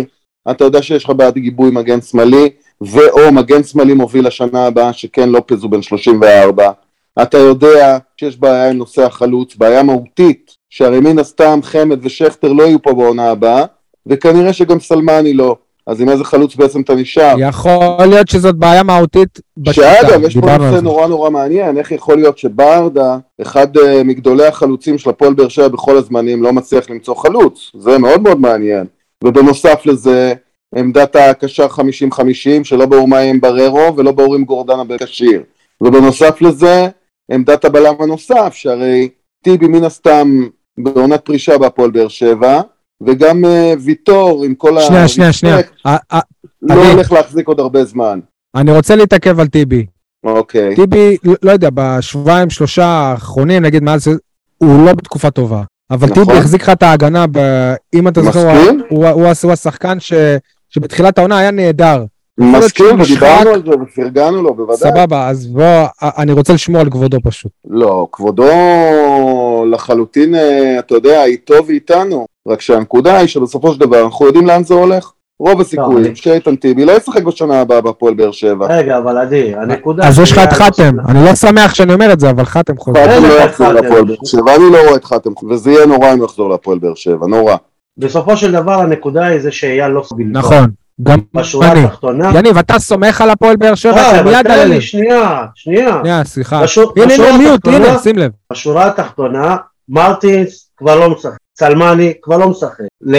אתה יודע שיש לך בעד גיבוי מגן שמאלי, ואו מגן שמאלי מוביל לשנה הבאה, שכן לופז הוא בן שלושים וארבע, אתה יודע שיש בעיה עם נושא החלוץ, בעיה מהותית, שהרי מן הסתם חמד ושכתר לא יהיו פה בעונה הבאה, וכנראה שגם סלמני לא, אז עם איזה חלוץ בעצם אתה נשאר? יכול להיות שזאת בעיה מהותית בשיטה. שאגב, יש פה נושא נורא נורא מעניין, איך יכול להיות שברדה, אחד uh, מגדולי החלוצים של הפועל באר שבע בכל הזמנים, לא מצליח למצוא חלוץ, זה מאוד מאוד מעניין, ובנוסף לזה, עמדת הקשר חמישים חמישים, שלא ברור מה עם בררו, ולא ברור עם גורדנה בקשיר, ובנוסף לזה, עמדת הבלם הנוסף, שהרי טיבי מן הסתם בעונת פרישה בהפועל באר שבע, וגם uh, ויטור עם כל שנייה, שנייה, שנייה. לא הולך להחזיק עוד הרבה זמן. אני רוצה להתעכב על טיבי. אוקיי. טיבי, לא יודע, בשבועיים שלושה האחרונים, נגיד מאז, הוא לא בתקופה טובה. אבל טיבי החזיק לך את ההגנה, אם אתה זוכר, הוא השחקן שבתחילת העונה היה נהדר. מסכים, ודיברנו על זה ופרגנו לו, בוודאי. סבבה, אז בוא, אני רוצה לשמור על כבודו פשוט. לא, כבודו לחלוטין, אתה יודע, איתו ואיתנו, רק שהנקודה היא שבסופו של דבר, אנחנו יודעים לאן זה הולך. רוב הסיכויים שאיתן טיבי לא ישחק בשנה הבאה בהפועל באר שבע. רגע, אבל עדי, הנקודה... אז יש לך את חתם, אני לא שמח שאני אומר את זה, אבל חתם חוזר. חתם לא יחזור להפועל באר שבע, אני לא רואה את חתם, וזה יהיה נורא אם יחזור להפועל באר שבע, נורא. בסופו של דבר הנקודה היא זה שאייל לא סביל. נכון, גם בשורה התחתונה... יניב, אתה סומך על הפועל באר שבע, אבל תן לי, שנייה, שנייה. שנייה, סליחה. הנה, הנה, מיוט, הנה, שים לב. בשורה התחתונה, מרטינס כבר לא משחק, צלמני כבר לא משחק.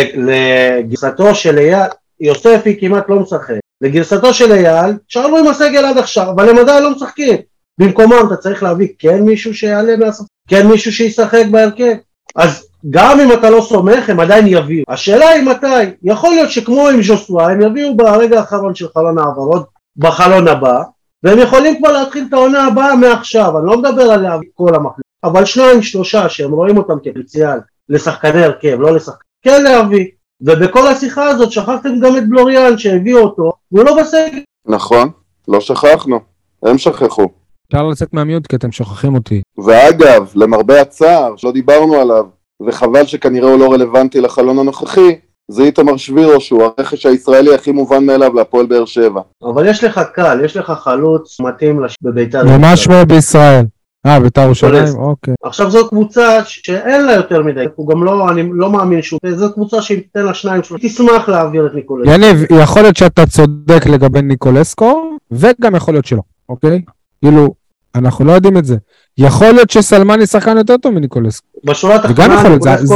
לגרסתו של אייל, יוספי כמעט לא משחק. לגרסתו של אייל, שרנו עם הסגל עד עכשיו, אבל הם עדיין לא משחקים. במקומם אתה צריך להביא כן מישהו שיעלה מהספק, כן מישהו שישחק בהרכב. אז גם אם אתה לא סומך, הם עדיין יביאו. השאלה היא מתי. יכול להיות שכמו עם ז'וסווה, הם יביאו ברגע האחרון של חלון העברות, בחלון הבא, והם יכולים כבר להתחיל את העונה הבאה מעכשיו. אני לא מדבר על להביא כל המחליט, אבל שניים, שלושה שהם רואים אותם כפוטנציאל לשחקני הרכב, לא לשחקני, כן להביא. ובכל השיחה הזאת שכחתם גם את בלוריאן שהביאו אותו, והוא לא בסגל. נכון, לא שכחנו, הם שכחו. אפשר לצאת מהמיוט כי אתם שוכחים אותי. ואגב, למרבה הצער, שלא דיברנו עליו, וחבל שכנראה הוא לא רלוונטי לחלון הנוכחי, זה איתמר שבירו, שהוא הרכש הישראלי הכי מובן מאליו להפועל באר שבע. אבל יש לך קל, יש לך חלוץ מתאים בביתר. ומה שמו בישראל? אה, ביתר ירושלים? אוקיי. עכשיו זו קבוצה שאין לה יותר מדי, הוא גם לא, אני לא מאמין שהוא, זו קבוצה שאם תיתן לה שניים שלושה, תשמח להעביר את ניקולסקו. יניב, יכול להיות שאתה צודק לגבי ניקולסקו, וגם יכול להיות שלא, אוקיי? כאילו, אנחנו לא יודעים את זה. יכול להיות שסלמני שחקן יותר טוב מניקולסקו. בשורה התחתונה,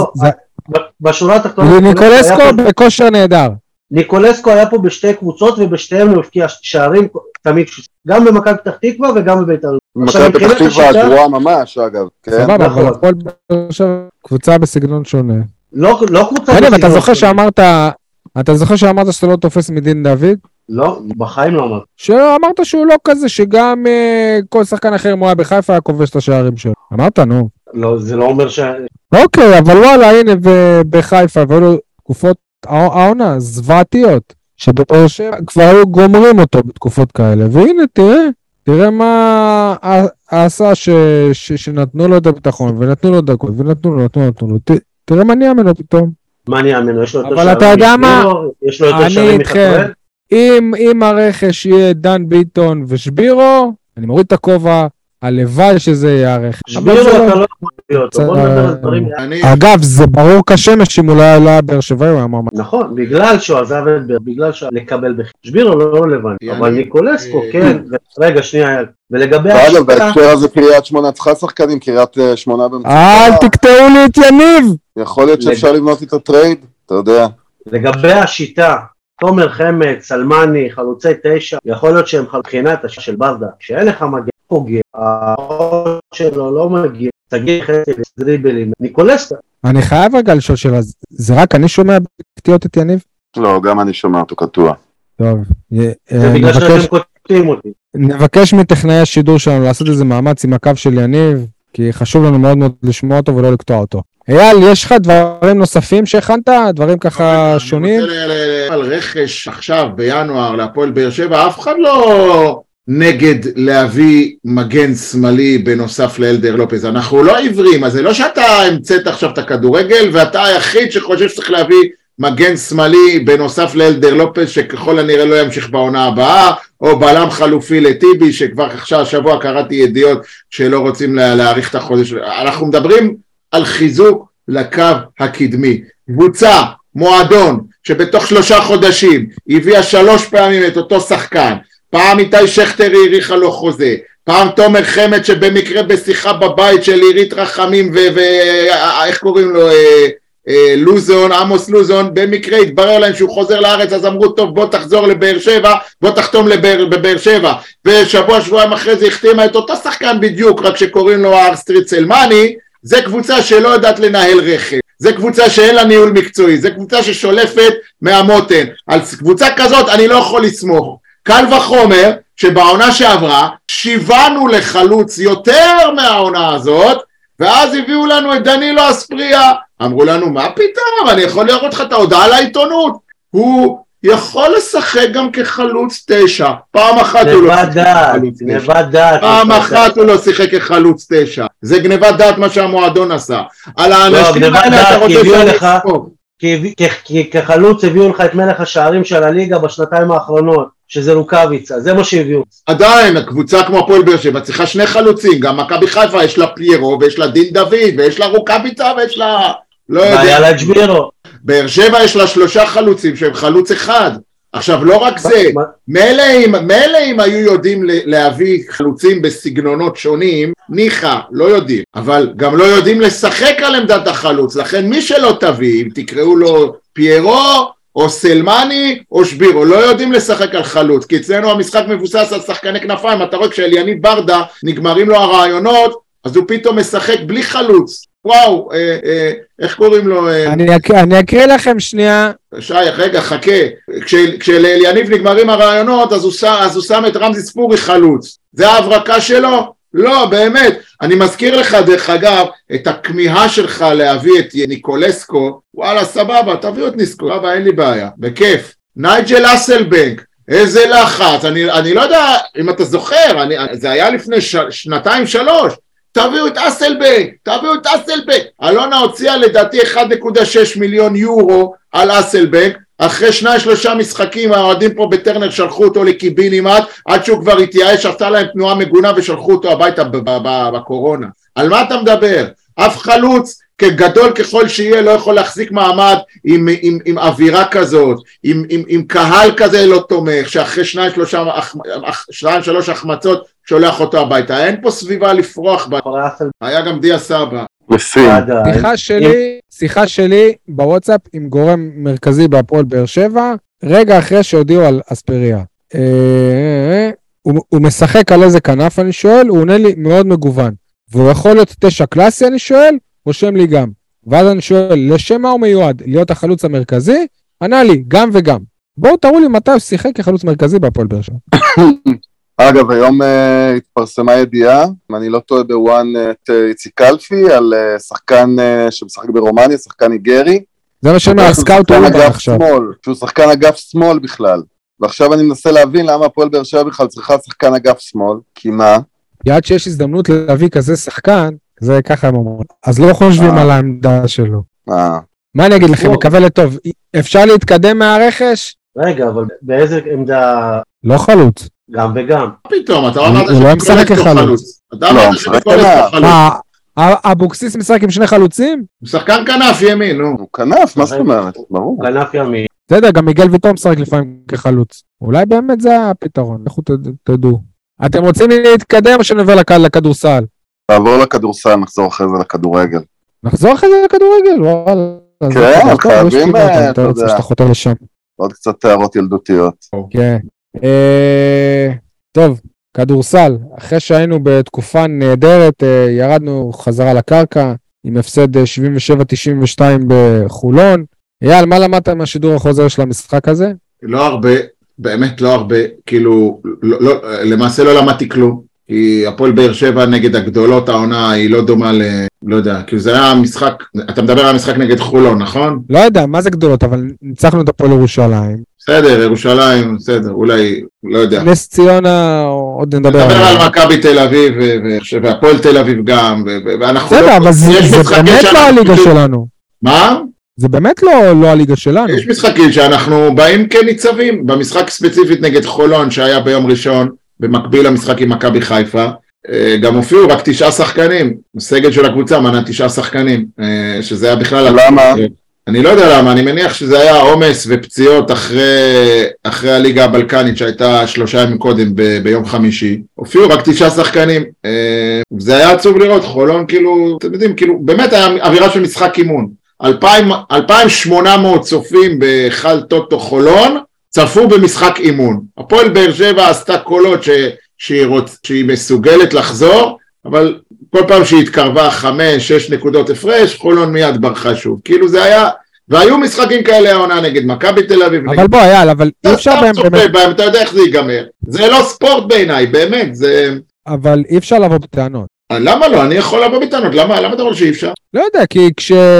בשורה התחתונה, ניקולסקו בכושר נהדר. ניקולסקו היה פה בשתי קבוצות, ובשתיהם הוא הבקיע שערים תמיד, גם במכבי פתח תקווה וגם בביתר. מכבי פתח תקווה הגרועה ממש, אגב. סבבה, אבל הכל קבוצה בסגנון שונה. לא קבוצה בסגנון שונה. אתה זוכר שאמרת, אתה זוכר שאמרת שאתה לא תופס מדין דוד? לא, בחיים לא אמרת. שאמרת שהוא לא כזה, שגם כל שחקן אחר אם הוא היה בחיפה היה כובש את השערים שלו. אמרת, נו. לא, זה לא אומר ש... אוקיי, אבל וואלה, הנה בחיפה, ואלו תקופות העונה, זוועתיות, שבאר שבע כבר היו גומרים אותו בתקופות כאלה, והנה תראה, תראה מה העשה שנתנו לו את הביטחון, ונתנו לו דקות, ונתנו לו, נתנו לו, נתנו לו, תראה מה נהיה ממנו פתאום. מה נהיה ממנו? יש לו יותר אבל אתה יודע מה, יש לו יותר שערים מחתואל? אם הרכש יהיה דן ביטון ושבירו, אני מוריד את הכובע, הלוואי שזה יהיה הרכש. שבירו אתה לא יכול להיות, בוא נדבר על דברים. אגב, זה ברור כשמש אם אולי לא היה באר שבע, הוא היה ממש. נכון, בגלל שהוא עזב את באר, בגלל שהוא לקבל בכלל. שבירו לא רלוונטי, אבל ניקולסקו כן, רגע שנייה, ולגבי השיטה... בהקשר הזה קריית שמונה צריכה שחקנים, קריית שמונה במצוקה. אל תקטעו לי את יניב! יכול להיות שאפשר לבנות את הטרייד, אתה יודע. לגבי השיטה, תומר חמד, סלמני, חלוצי תשע, יכול להיות שהם מבחינת של ברדה, כשאין לך מגן פוגע, הראש שלו לא מגיע, תגיד חצי לסדריבלים, ניקולסקו. אני חייב רגע לשאול שאלה, זה רק אני שומע בקטעות את יניב? לא, גם אני שומע אותו קטוע. טוב. זה בגלל שאתם קוטעים אותי. נבקש מטכנאי השידור שלנו לעשות איזה מאמץ עם הקו של יניב, כי חשוב לנו מאוד מאוד לשמוע אותו ולא לקטוע אותו. אייל, יש לך דברים נוספים שהכנת? דברים ככה שונים? אני רוצה על רכש עכשיו בינואר להפועל באר שבע, אף אחד לא נגד להביא מגן שמאלי בנוסף לאלדר לופז, אנחנו לא עיוורים, אז זה לא שאתה המצאת עכשיו את הכדורגל ואתה היחיד שחושב שצריך להביא מגן שמאלי בנוסף לאלדר לופס שככל הנראה לא ימשיך בעונה הבאה, או בלם חלופי לטיבי שכבר עכשיו השבוע קראתי ידיעות שלא רוצים להאריך את החודש. אנחנו מדברים על חיזוק לקו הקדמי, קבוצה, מועדון שבתוך שלושה חודשים הביאה שלוש פעמים את אותו שחקן, פעם איתי שכטר העריכה לו חוזה, פעם תומר חמד שבמקרה בשיחה בבית של עירית רחמים ואיך קוראים לו אה, אה, לוזון, עמוס לוזון, במקרה התברר להם שהוא חוזר לארץ, אז אמרו טוב בוא תחזור לבאר שבע, בוא תחתום לבאר, בבאר שבע, ושבוע שבועיים אחרי זה החתימה את אותו שחקן בדיוק, רק שקוראים לו ארסטריט סלמני. זה קבוצה שלא יודעת לנהל רכב, זה קבוצה שאין לה ניהול מקצועי, זה קבוצה ששולפת מהמותן, על קבוצה כזאת אני לא יכול לסמוך. קל וחומר שבעונה שעברה שיוונו לחלוץ יותר מהעונה הזאת, ואז הביאו לנו את דנילו אספריה, אמרו לנו מה פתאום, אני יכול לראות לך את ההודעה לעיתונות, הוא יכול לשחק גם כחלוץ תשע, פעם אחת הוא לא שיחק כחלוץ תשע, פעם אחת הוא לא שיחק כחלוץ תשע, זה גניבת דעת מה שהמועדון עשה, על האנשים האלה אתה רוצה שאני אספור. כי כחלוץ הביאו לך את מלך השערים של הליגה בשנתיים האחרונות, שזה רוקאביצה, זה מה שהביאו. עדיין, הקבוצה כמו הפועל באר שבע צריכה שני חלוצים, גם מכבי חיפה יש לה פיירו, ויש לה דין דוד, ויש לה רוקאביצה, ויש לה... לא יודע. והיה לה ג'בירו. באר שבע יש לה שלושה חלוצים שהם חלוץ אחד. עכשיו לא רק זה, מלא אם היו יודעים להביא חלוצים בסגנונות שונים, ניחה, לא יודעים, אבל גם לא יודעים לשחק על עמדת החלוץ, לכן מי שלא תביא, אם תקראו לו פיירו, או סלמני, או שבירו, לא יודעים לשחק על חלוץ, כי אצלנו המשחק מבוסס על שחקני כנפיים, אתה רואה כשאליניב ברדה נגמרים לו הרעיונות, אז הוא פתאום משחק בלי חלוץ, וואו, אה, אה, איך קוראים לו? אה... אני, אק... אני אקריא לכם שנייה. שי, רגע, חכה, כש... כשאליניב נגמרים הרעיונות, אז הוא, ש... אז הוא שם את רמזי ספורי חלוץ, זה ההברקה שלו? לא, באמת, אני מזכיר לך דרך אגב, את הכמיהה שלך להביא את ניקולסקו, וואלה סבבה, תביאו את ניסקו, סבבה, אין לי בעיה, בכיף. נייג'ל אסלבנק, איזה לחץ, אני, אני לא יודע אם אתה זוכר, אני, זה היה לפני ש, שנתיים שלוש, תביאו את אסלבנק, תביאו את אסלבנק, אלונה הוציאה לדעתי אחד נקודה שש מיליון יורו על אסלבנק, אחרי שניים שלושה משחקים האוהדים פה בטרנר שלחו אותו לקיבינימט, עד שהוא כבר התייאש, עשתה להם תנועה מגונה ושלחו אותו הביתה בקורונה. על מה אתה מדבר? אף חלוץ כגדול ככל שיהיה לא יכול להחזיק מעמד עם, עם, עם אווירה כזאת, עם, עם, עם קהל כזה לא תומך, שאחרי שניים שלושה, שניים שלוש החמצות שולח אותו הביתה. אין פה סביבה לפרוח בה. היה גם דיה סבא. שיחה שלי, שיחה שלי בוואטסאפ עם גורם מרכזי בהפועל באר שבע, רגע אחרי שהודיעו על אספריה. הוא משחק על איזה כנף אני שואל, הוא עונה לי מאוד מגוון. והוא יכול להיות תשע קלאסי אני שואל, רושם לי גם. ואז אני שואל, לשם מה הוא מיועד? להיות החלוץ המרכזי? ענה לי, גם וגם. בואו תראו לי מתי הוא שיחק כחלוץ מרכזי בהפועל באר שבע. אגב, היום uh, התפרסמה ידיעה, אם אני לא טועה בוואן את איציק קלפי, על uh, שחקן uh, שמשחק ברומניה, שחקן ניגרי. זה מה שאומר, הסקאוט הוא אגף עכשיו. שהוא שחקן אגף שמאל בכלל. ועכשיו אני מנסה להבין למה הפועל באר שבע בכלל צריכה שחקן אגף שמאל, כי מה? יעד שיש הזדמנות להביא כזה שחקן, זה ככה הם אומרים. אז לא חושבים על העמדה שלו. מה אני אגיד לכם, מקווה לטוב, אפשר להתקדם מהרכש? רגע, אבל באיזה עמדה... לא חלוץ. גם וגם. פתאום, אתה אמרת הוא לא משחק כחלוץ. אתה אמרת שבכל חלוץ. אבוקסיס משחק עם שני חלוצים? הוא שחקן כנף ימין, נו. הוא כנף, מה זאת אומרת? ברור. כנף ימין. בסדר, גם מיגל ויטור משחק לפעמים כחלוץ. אולי באמת זה הפתרון, לכו תדעו. אתם רוצים להתקדם או שנעבור לכדורסל? תעבור לכדורסל, נחזור אחרי זה לכדורגל. נחזור אחרי זה לכדורגל? וואלה. כן, חייבים, אתה יודע. שאתה חותר לשם. עוד קצת תארות ילדותיות. כן. טוב, כדורסל. אחרי שהיינו בתקופה נהדרת, ירדנו חזרה לקרקע, עם הפסד שבעים ושבע תשעים ושתיים בחולון. אייל, מה למדת מהשידור החוזר של המשחק הזה? לא הרבה, באמת לא הרבה, כאילו, לא, לא, למעשה לא למדתי כלום, כי הפועל באר שבע נגד הגדולות, העונה היא לא דומה ל... לא יודע, כאילו זה היה משחק, אתה מדבר על המשחק נגד חולון, נכון? לא יודע, מה זה גדולות, אבל ניצחנו את הפועל ירושלים. בסדר, ירושלים, בסדר, אולי, לא יודע. נס ציונה, עוד נדבר. נדבר על מכבי תל אביב, והפועל תל אביב גם, ואנחנו... בסדר, אבל זה באמת לא הליגה שלנו. מה? זה באמת לא, לא הליגה שלנו. יש משחקים שאנחנו באים כניצבים, במשחק ספציפית נגד חולון שהיה ביום ראשון, במקביל למשחק עם מכבי חיפה, גם הופיעו רק תשעה שחקנים, הסגל של הקבוצה מנה תשעה שחקנים, שזה היה בכלל... למה? אני לא יודע למה, אני מניח שזה היה עומס ופציעות אחרי, אחרי הליגה הבלקנית שהייתה שלושה ימים קודם ב, ביום חמישי, הופיעו רק תשעה שחקנים, זה היה עצוב לראות, חולון כאילו, אתם יודעים, כאילו, באמת היה אווירה של משחק אימון, אלפיים ושמונה מאות צופים בחל טוטו חולון, צפו במשחק אימון, הפועל באר שבע עשתה קולות ש, שהיא, רוצ, שהיא מסוגלת לחזור, אבל כל פעם שהיא התקרבה חמש, שש נקודות הפרש, חולון מיד ברחה שוב. כאילו זה היה, והיו משחקים כאלה העונה נגד מכבי תל אביב. אבל בוא, אייל, אבל אי אפשר בהם... בהם, אתה יודע איך זה ייגמר. זה לא ספורט בעיניי, באמת, זה... אבל אי אפשר לבוא בטענות. למה לא? אני יכול לבוא בטענות. למה? למה אתה אומר שאי אפשר? לא יודע, כי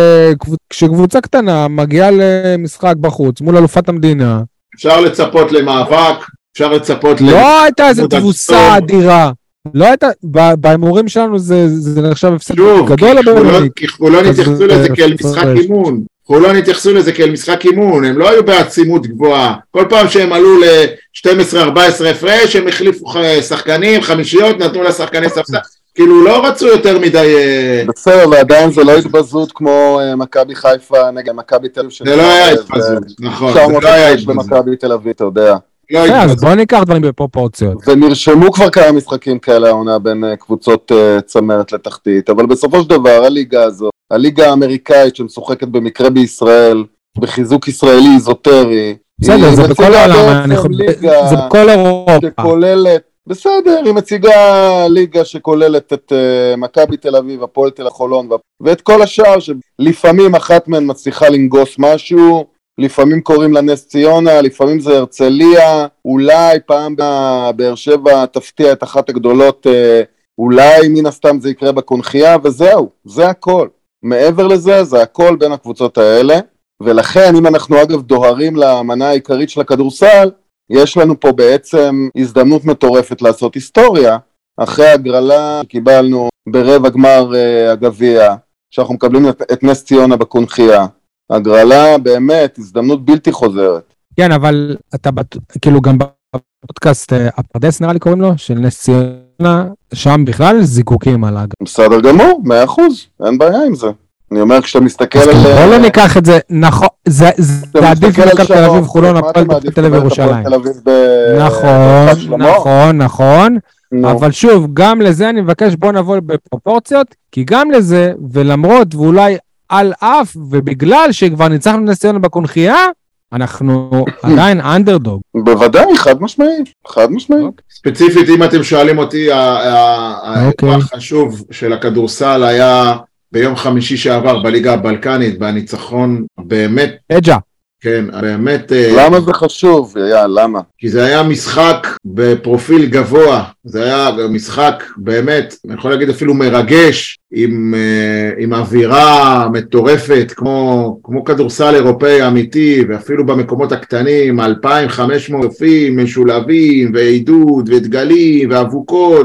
כשקבוצה קטנה מגיעה למשחק בחוץ, מול אלופת המדינה... אפשר לצפות למאבק, אפשר לצפות... לא הייתה איזו תבוסה אדירה. לא הייתה, בהימורים שלנו זה, זה נחשב הפסד גדול, כי חולון התייחסו לזה כאל משחק אימון, חולון התייחסו לזה כאל משחק אימון, הם לא היו בעצימות גבוהה, כל פעם שהם עלו ל-שתים עשרה ארבע עשרה הפרש, הם החליפו שחקנים, חמישיות, נתנו לשחקני ספסל, כאילו לא רצו יותר מדי... בסדר, ועדיין זה לא התבזות כמו מכבי חיפה נגד מכבי תל אביב. זה לא היה התבזות, נכון, זה לא היה התבזות. במכבי תל אביב, אתה יודע. אז בוא ניקח דברים בפרופורציות. ונרשמו כבר כמה משחקים כאלה העונה בין קבוצות צמרת לתחתית, אבל בסופו של דבר הליגה הזו, הליגה האמריקאית שמשוחקת במקרה בישראל, בחיזוק ישראלי איזוטרי, בסדר, זה בכל העולם, זה בכל אירופה. שכוללת, בסדר, היא מציגה ליגה שכוללת את מכבי תל אביב, הפועל תל חולון, ואת כל השאר שלפעמים אחת מהן מצליחה לנגוס משהו, לפעמים קוראים לה נס ציונה, לפעמים זה הרצליה, אולי פעם באר שבע תפתיע את אחת הגדולות, אולי מן הסתם זה יקרה בקונחייה, וזהו, זה הכל. מעבר לזה, זה הכל בין הקבוצות האלה, ולכן אם אנחנו אגב דוהרים למנה העיקרית של הכדורסל, יש לנו פה בעצם הזדמנות מטורפת לעשות היסטוריה, אחרי הגרלה שקיבלנו ברבע גמר הגביע, שאנחנו מקבלים את, את נס ציונה בקונחייה. הגרלה באמת הזדמנות בלתי חוזרת. כן, אבל אתה כאילו גם בפודקאסט הפרדס נראה לי קוראים לו, של נס ציונה, שם בכלל זיקוקים על הגרלה. בסדר גמור, מאה אחוז, אין בעיה עם זה. אני אומר כשאתה מסתכל על... בוא לא ניקח את זה, נכון, זה עדיף מכבי תל אביב חולון, הפועל תל אביב ירושלים. נכון, נכון, נכון. אבל שוב, גם לזה אני מבקש בוא נבוא בפרופורציות, כי גם לזה, ולמרות ואולי על אף, ובגלל שכבר ניצחנו נס ציונה בקונחייה, אנחנו עדיין אנדרדוג. בוודאי, חד משמעי, חד משמעי. ספציפית, אם אתם שואלים אותי, האירוע החשוב של הכדורסל היה ביום חמישי שעבר בליגה הבלקנית, בניצחון באמת... אג'ה. כן, באמת... למה זה חשוב? היה, למה? כי זה היה משחק בפרופיל גבוה, זה היה משחק באמת, אני יכול להגיד אפילו מרגש, עם, עם אווירה מטורפת, כמו, כמו כדורסל אירופאי אמיתי, ואפילו במקומות הקטנים, אלפיים וחמש מאות צופים, משולבים, ועידוד, ודגלים, ואבוקות,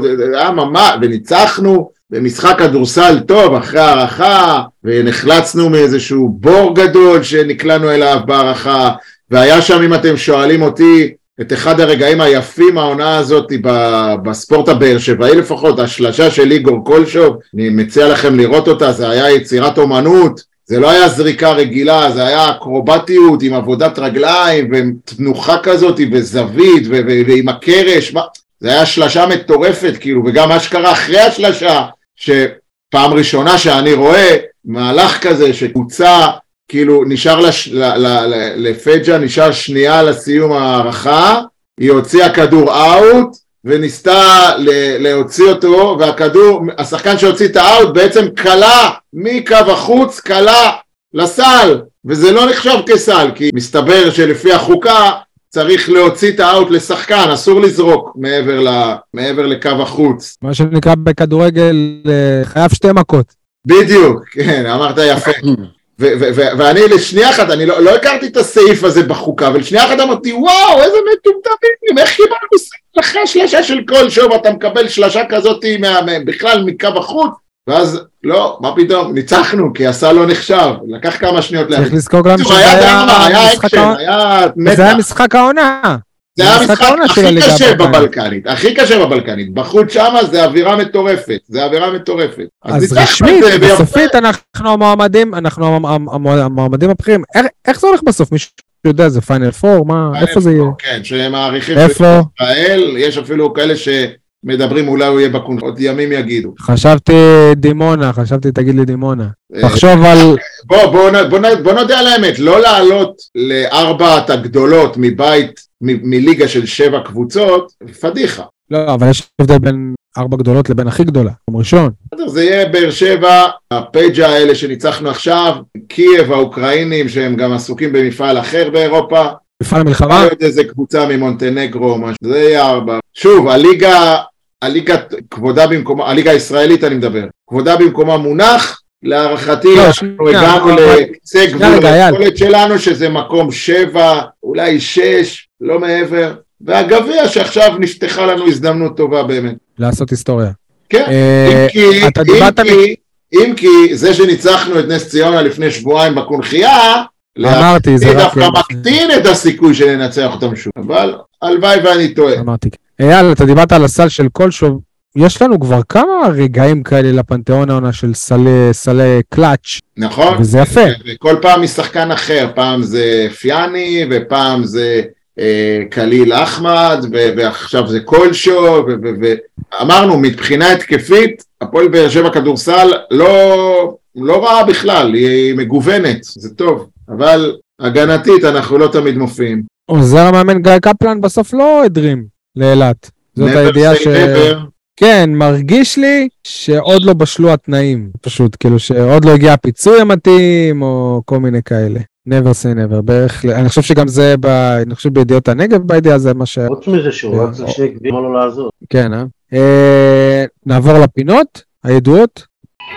וניצחנו, במשחק כדורסל טוב, אחרי הערכה, ונחלצנו מאיזשהו בור גדול שנקלענו אליו בערכה, והיה שם, אם אתם שואלים אותי, את אחד הרגעים היפים העונה הזאת בספורט הבאר שבעי לפחות, השלשה של איגור קולשוב, אני מציע לכם לראות אותה, זה היה יצירת אומנות, זה לא היה זריקה רגילה, זה היה אקרובטיות עם עבודת רגליים, ותנוחה כזאת, וזווית, ועם הקרש, זה היה שלשה מטורפת, כאילו, וגם מה שקרה אחרי השלשה, שפעם ראשונה שאני רואה מהלך כזה שקבוצה כאילו נשאר לש, ל, ל, ל, לפג'ה, נשאר שנייה לסיום הערכה, היא הוציאה כדור אאוט וניסתה ל, להוציא אותו, והכדור, השחקן שהוציא את האאוט בעצם קלה מקו החוץ, קלה לסל, וזה לא נחשב כסל, כי מסתבר שלפי החוקה צריך להוציא את האאוט לשחקן, אסור לזרוק מעבר, ל, מעבר לקו החוץ. מה שנקרא בכדורגל, חייב שתי מכות. בדיוק, כן, אמרת יפה. ו- ו- ו- ואני לשנייה אחת, אני לא, לא הכרתי את הסעיף הזה בחוקה, ולשנייה אחת אמרתי, וואו, איזה מטומטמים, איך קיבלנו אחרי השלשה של כל שוב, אתה מקבל שלשה כזאת מה, בכלל מקו החוץ, ואז, לא, מה פתאום, ניצחנו, כי הסל לא נחשב, לקח כמה שניות להגיד. צריך לזכור גם שזה היה אקשן, היה מתח. זה היה משחק העונה. זה היה המשחק הכי קשה בבלקנית, הכי קשה בבלקנית, בחוץ שמה זה אווירה מטורפת, זה אווירה מטורפת. אז רשמית, בסופית אנחנו המועמדים, אנחנו המועמדים הבכירים, איך זה הולך בסוף? מישהו יודע, זה פיינל פור, מה, איפה זה יהיה? כן, שמעריכים בישראל, יש אפילו כאלה שמדברים, אולי הוא יהיה בקונפרנס, עוד ימים יגידו. חשבתי דימונה, חשבתי תגיד לי דימונה. תחשוב על... בוא נודע על האמת, לא לעלות לארבעת הגדולות מבית, מליגה של שבע קבוצות, פדיחה. לא, אבל יש הבדל בין ארבע גדולות לבין הכי גדולה, כמו ראשון. זה יהיה באר שבע, הפייג'ה האלה שניצחנו עכשיו, קייב, האוקראינים, שהם גם עסוקים במפעל אחר באירופה. מפעל המלחמה? איזה קבוצה ממונטנגרו, זה יהיה ארבע. שוב, הליגה, הליגה, כבודה במקומה, הליגה הישראלית אני מדבר, כבודה במקומה מונח, להערכתי, אנחנו הגענו לקצה גבול היכולת שלנו, שזה מקום שבע, אולי שש, לא מעבר, והגביע שעכשיו נפתחה לנו הזדמנות טובה באמת. לעשות היסטוריה. כן, אם כי זה שניצחנו את נס ציונה לפני שבועיים בקונחייה, אמרתי, זה דווקא מקטין את הסיכוי שננצח אותם שוב, אבל הלוואי ואני טועה. אמרתי, אייל, אתה דיברת על הסל של קולשוב, יש לנו כבר כמה רגעים כאלה לפנתיאון העונה של סלי, סלי קלאץ'. נכון. וזה יפה. וכל פעם משחקן אחר, פעם זה פיאני, ופעם זה אה, קליל אחמד, ועכשיו זה קולשו, ואמרנו, מבחינה התקפית, הפועל באר שבע כדורסל לא, לא רעה בכלל, היא מגוונת, זה טוב, אבל הגנתית אנחנו לא תמיד מופיעים. עוזר המאמן גיא קפלן בסוף לא הדרים לאילת. זאת הידיעה ש... כן, מרגיש לי שעוד לא בשלו התנאים, פשוט, כאילו שעוד לא הגיע הפיצוי המתאים, או כל מיני כאלה. never say never, בערך, אני חושב שגם זה, ב, אני חושב בידיעות הנגב בידיעה זה מה ש... חוץ מזה שהוא רק צריך שיקדים לו לעזור. כן, אה? אה? נעבור לפינות, הידועות.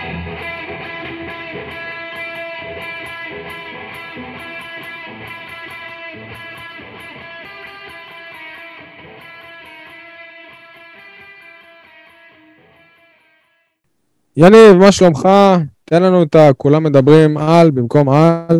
יניב, מה שלומך? תן לנו את ה... כולם מדברים על, במקום על.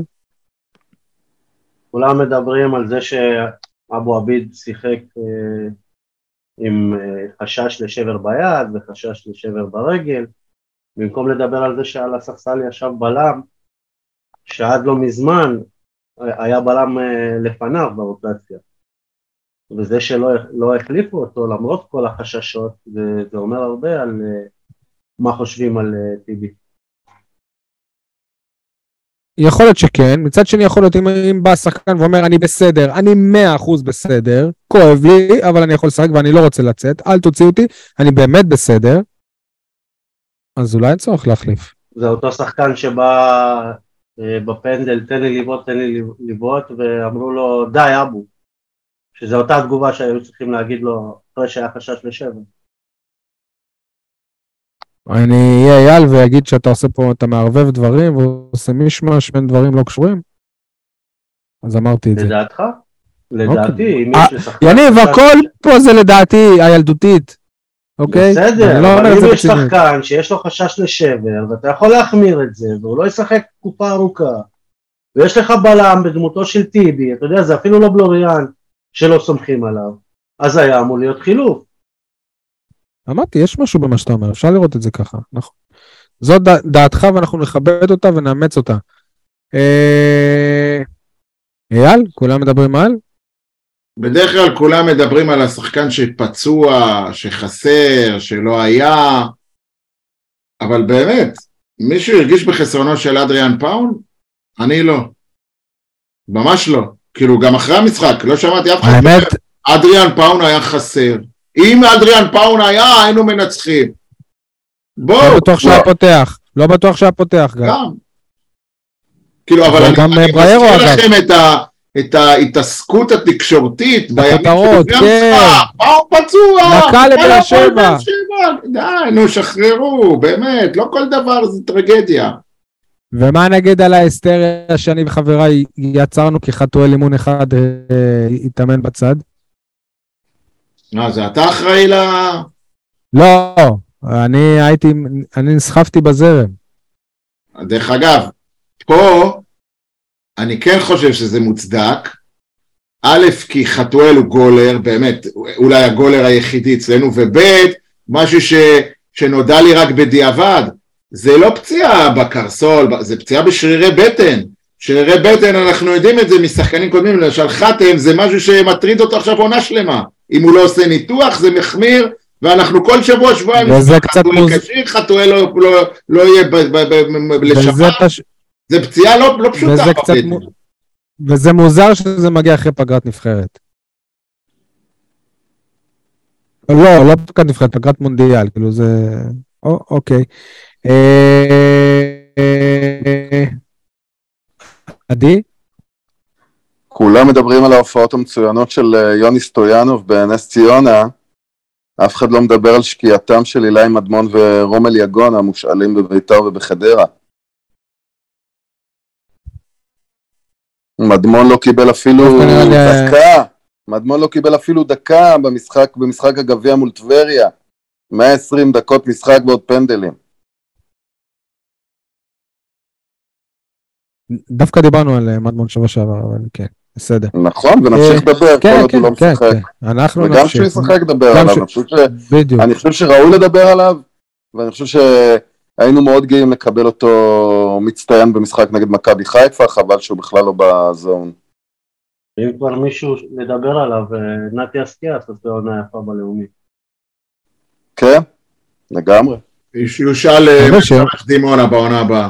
כולם מדברים על זה שאבו עביד שיחק אה, עם אה, חשש לשבר ביד וחשש לשבר ברגל, במקום לדבר על זה שעל הספסל ישב בלם, שעד לא מזמן היה בלם אה, לפניו ברוטציה. וזה שלא לא החליפו אותו למרות כל החששות, וזה אומר הרבה על... אה, מה חושבים על טיבי? יכול להיות שכן, מצד שני יכול להיות אם, אם בא שחקן ואומר אני בסדר, אני מאה אחוז בסדר, כואב לי, אבל אני יכול לשחק ואני לא רוצה לצאת, אל תוציא אותי, אני באמת בסדר, אז אולי אין צורך להחליף. זה אותו שחקן שבא בפנדל, תן לי לבעוט, תן לי לבעוט, ואמרו לו די אבו, שזו אותה התגובה שהיו צריכים להגיד לו אחרי שהיה חשש לשבר. אני אהיה אייל ויגיד שאתה עושה פה, אתה מערבב דברים ועושה מישמש בין דברים לא קשורים. אז אמרתי את זה. לדעתך? לדעתי, אם יש לשחקן... יניב, הכל פה זה לדעתי הילדותית. אוקיי? בסדר, אבל אם יש שחקן שיש לו חשש לשבר, ואתה יכול להחמיר את זה, והוא לא ישחק תקופה ארוכה, ויש לך בלם בדמותו של טיבי, אתה יודע, זה אפילו לא בלוריאן שלא סומכים עליו, אז היה אמור להיות חילוף. אמרתי, יש משהו במה שאתה אומר, אפשר לראות את זה ככה, נכון. זאת דעתך ואנחנו נכבד אותה ונאמץ אותה. אייל, כולם מדברים על? בדרך כלל כולם מדברים על השחקן שפצוע, שחסר, שלא היה, אבל באמת, מישהו הרגיש בחסרונו של אדריאן פאון? אני לא. ממש לא. כאילו, גם אחרי המשחק, לא שמעתי אף אחד. האמת... אדריאן פאון היה חסר. אם אדריאן פאון היה, היינו מנצחים. בואו. לא בטוח שהיה פותח. לא בטוח שהיה פותח גם. גם. כאילו, אבל אני, אני מזכיר לכם את, ה, את ההתעסקות התקשורתית. הכותרות, כן. פאון פצוע. נקה לבאר שבע. די, נו, שחררו, באמת. לא כל דבר זה טרגדיה. ומה נגיד על ההיסטריה שאני וחבריי יצרנו כי חתואל אימון אחד אה, התאמן בצד? לא, זה אתה אחראי ל... לא, אני הייתי, אני נסחפתי בזרם. דרך אגב, פה אני כן חושב שזה מוצדק, א', כי חתואל הוא גולר, באמת, אולי הגולר היחידי אצלנו, וב', משהו ש, שנודע לי רק בדיעבד, זה לא פציעה בקרסול, זה פציעה בשרירי בטן, שרירי בטן אנחנו יודעים את זה משחקנים קודמים, למשל חתם זה משהו שמטריד אותו עכשיו עונה שלמה, אם הוא לא עושה ניתוח זה מחמיר, ואנחנו כל שבוע שבועיים, חתואל קשיר, חתואל לא, לא, לא יהיה לשמה, פש... זה פציעה לא, לא פשוטה. וזה, קצת מ... וזה מוזר שזה מגיע אחרי פגרת נבחרת. לא, לא פגרת נבחרת, פגרת מונדיאל, כאילו זה... או, אוקיי. עדי? כולם מדברים על ההופעות המצוינות של יוני סטויאנוב בנס ציונה, אף אחד לא מדבר על שקיעתם של אילי מדמון ורומל יגון המושאלים בביתר ובחדרה. מדמון לא קיבל אפילו דקה, מדמון לא קיבל אפילו דקה במשחק, במשחק הגביע מול טבריה, מאה ועשרים דקות משחק ועוד פנדלים. דווקא דיברנו על מדמון שבוע שעבר, אבל כן, בסדר. נכון, ונמשיך לדבר, כל עוד הוא לא משחק. וגם שהוא ישחק לדבר עליו, אני חושב שראוי לדבר עליו, ואני חושב שהיינו מאוד גאים לקבל אותו מצטיין במשחק נגד מכבי חיפה, חבל שהוא בכלל לא בזון. אם כבר מישהו לדבר עליו, נתי אסקיאס, אז זה עונה יפה בלאומי. כן, לגמרי. יושאל משחק דימונה בעונה הבאה.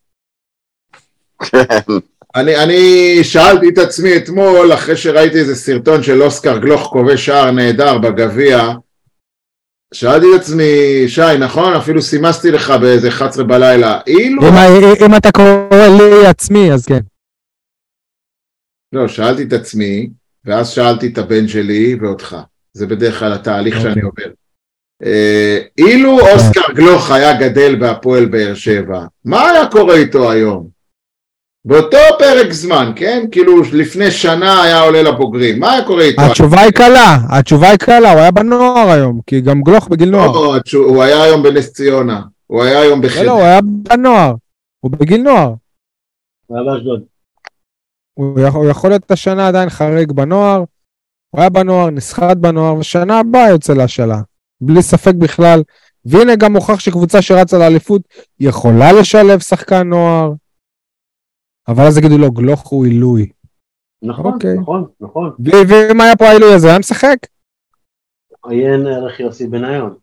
כן. אני, אני שאלתי את עצמי אתמול, אחרי שראיתי איזה סרטון של אוסקר גלוך כובש שער נהדר בגביע, שאלתי את עצמי, שי, נכון? אפילו סימסתי לך באיזה אחת עשרה בלילה, אילו... אם, אם אתה קורא לי עצמי, אז כן. לא, שאלתי את עצמי, ואז שאלתי את הבן שלי ואותך. זה בדרך כלל התהליך okay. שאני עובר. אה, אילו אוסקר גלוך היה גדל בהפועל באר שבע, מה היה קורה איתו היום? באותו פרק זמן, כן? כאילו לפני שנה היה עולה לבוגרים. מה היה קורה איתו? התשובה היא קלה, התשובה היא קלה, הוא היה בנוער היום, כי גם גלוך בגיל נוער. לא, הוא היה היום בנס ציונה, הוא היה היום בחדר. לא, לא, הוא היה בנוער, הוא בגיל נוער. הוא היה באשדוד. הוא יכול להיות את השנה עדיין חריג בנוער, הוא היה בנוער, נסחט בנוער, ושנה הבאה יוצא להשאלה, בלי ספק בכלל, והנה גם מוכח שקבוצה שרצה לאליפות, יכולה לשלב שחקן נוער, אבל אז יגידו לו, גלוך הוא עילוי. נכון, okay. נכון, נכון. ואם היה פה העילוי הזה, היה משחק? עיין ערך יוסי בניון.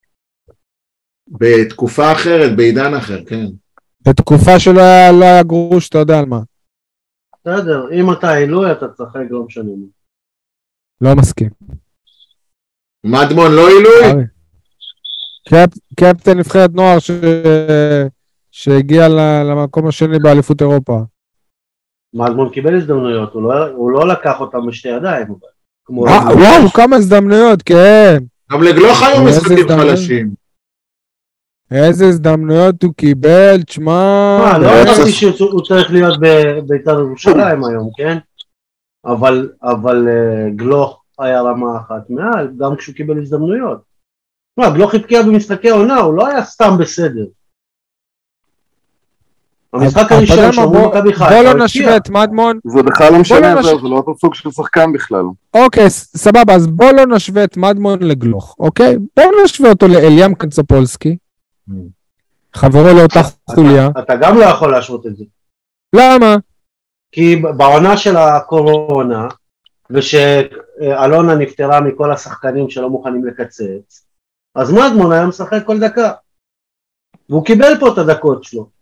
בתקופה אחרת, בעידן אחר, כן. בתקופה שלא היה, לא היה גרוש, אתה יודע על מה. בסדר, אם אתה עילוי, אתה תשחק לא משנה. לא מסכים. מדמון לא עילוי? קפ, קפטן נבחרת נוער ש... שהגיע למקום השני באליפות אירופה. מדמון קיבל הזדמנויות, הוא לא, הוא לא לקח אותם בשתי ידיים. וואו, כמה הזדמנויות, כן. גם לגלוך היו משחקים חלשים. איזה הזדמנויות הוא קיבל, תשמע. לא ידעתי שהוא צריך להיות בבית"ר ירושלים היום, כן? אבל, אבל גלוך היה רמה אחת מעל, גם כשהוא קיבל הזדמנויות. גלוך התקיע במשחקי העונה, הוא לא היה סתם בסדר. המשחק הראשון שאומרו מכבי חיפה. בוא לא נשווה את מדמון. זה בכלל לא משנה, זה לא אותו סוג של שחקן בכלל. אוקיי, סבבה, אז בוא לא נשווה את מדמון לגלוך, אוקיי? בוא נשווה אותו לאליאם קנצפולסקי, חברו לאותה חוליה. אתה גם לא יכול להשוות את זה. למה? כי בעונה של הקורונה, ושאלונה נפטרה מכל השחקנים שלא מוכנים לקצץ, אז מדמון היה משחק כל דקה. והוא קיבל פה את הדקות שלו.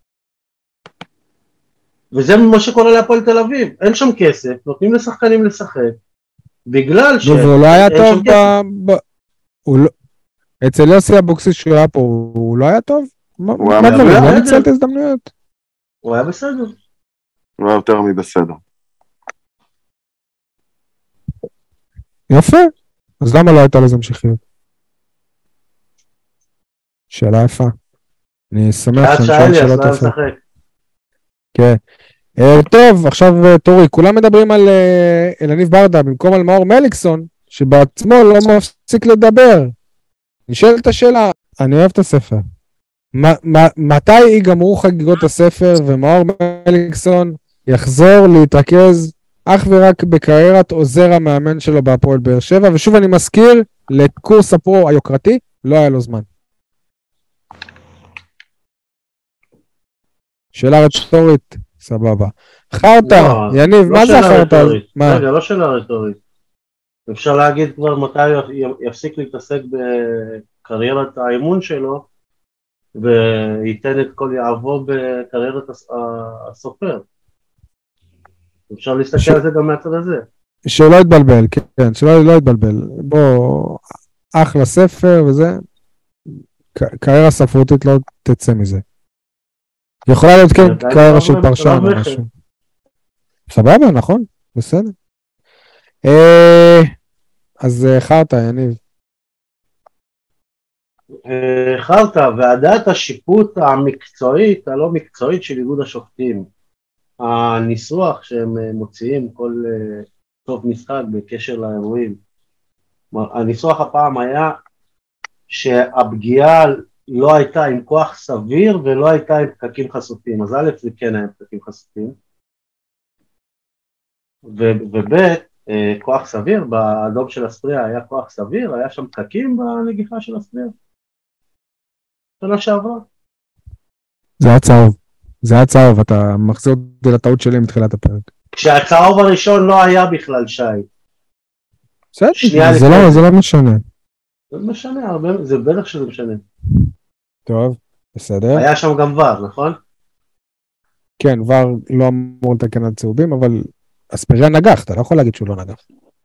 וזה מה שקורה להפועל תל אביב, אין שם כסף, נותנים לשחקנים לשחק, בגלל ש... והוא לא היה טוב ב... אצל יוסי אבוקסיס שהוא היה פה, הוא לא היה טוב? הוא היה ניצל את ההזדמנויות. הוא היה בסדר. הוא היה יותר מבסדר. יפה, אז למה לא הייתה לזה המשכיות? שאלה יפה. אני שמח שאני שואל שאלות יפה. כן. טוב, עכשיו תורי, כולם מדברים על אלניב ברדה במקום על מאור מליקסון, שבעצמו לא מפסיק לדבר. נשאלת השאלה, אני אוהב את הספר. מתי ייגמרו חגיגות הספר ומאור מליקסון יחזור להתרכז אך ורק בקריירת עוזר המאמן שלו בהפועל באר שבע, ושוב אני מזכיר, לקורס הפרו היוקרתי לא היה לו זמן. שאלה רטורית, סבבה. חרטה, יניב, מה זה החרטה? רגע, לא שאלה רטורית. אפשר להגיד כבר מתי יפסיק להתעסק בקריירת האימון שלו, וייתן את כל יעבו בקריירת הסופר. אפשר להסתכל על זה גם מהצד הזה. שלא יתבלבל, כן, שלא יתבלבל. בוא, אחלה ספר וזה, קריירה ספרותית לא תצא מזה. יכולה להיות כן קריירה של פרשן או משהו. סבבה, נכון? בסדר. אז חרטה, יניב. חרטה, ועדת השיפוט המקצועית, הלא מקצועית של איגוד השופטים. הניסוח שהם מוציאים כל סוף משחק בקשר לאירועים. הניסוח הפעם היה שהפגיעה לא הייתה עם כוח סביר ולא הייתה עם פקקים חשופים. אז א' זה כן היה פקקים חשופים. וב' כוח סביר, באדום של הספריה היה כוח סביר, היה שם פקקים בנגיחה של הספריה. שנה שעברה. זה היה צהוב. זה היה צהוב, אתה מחזיר אותי לטעות שלי מתחילת הפרק. כשהצהוב הראשון לא היה בכלל שי. בסדר, זה לא, זה לא משנה. זה משנה, הרבה, זה בטח שזה משנה. טוב, בסדר. היה שם גם ור, נכון? כן, ור לא אמור לתקן על צהובים, אבל אספריה נגח, אתה לא יכול להגיד שהוא לא נגח.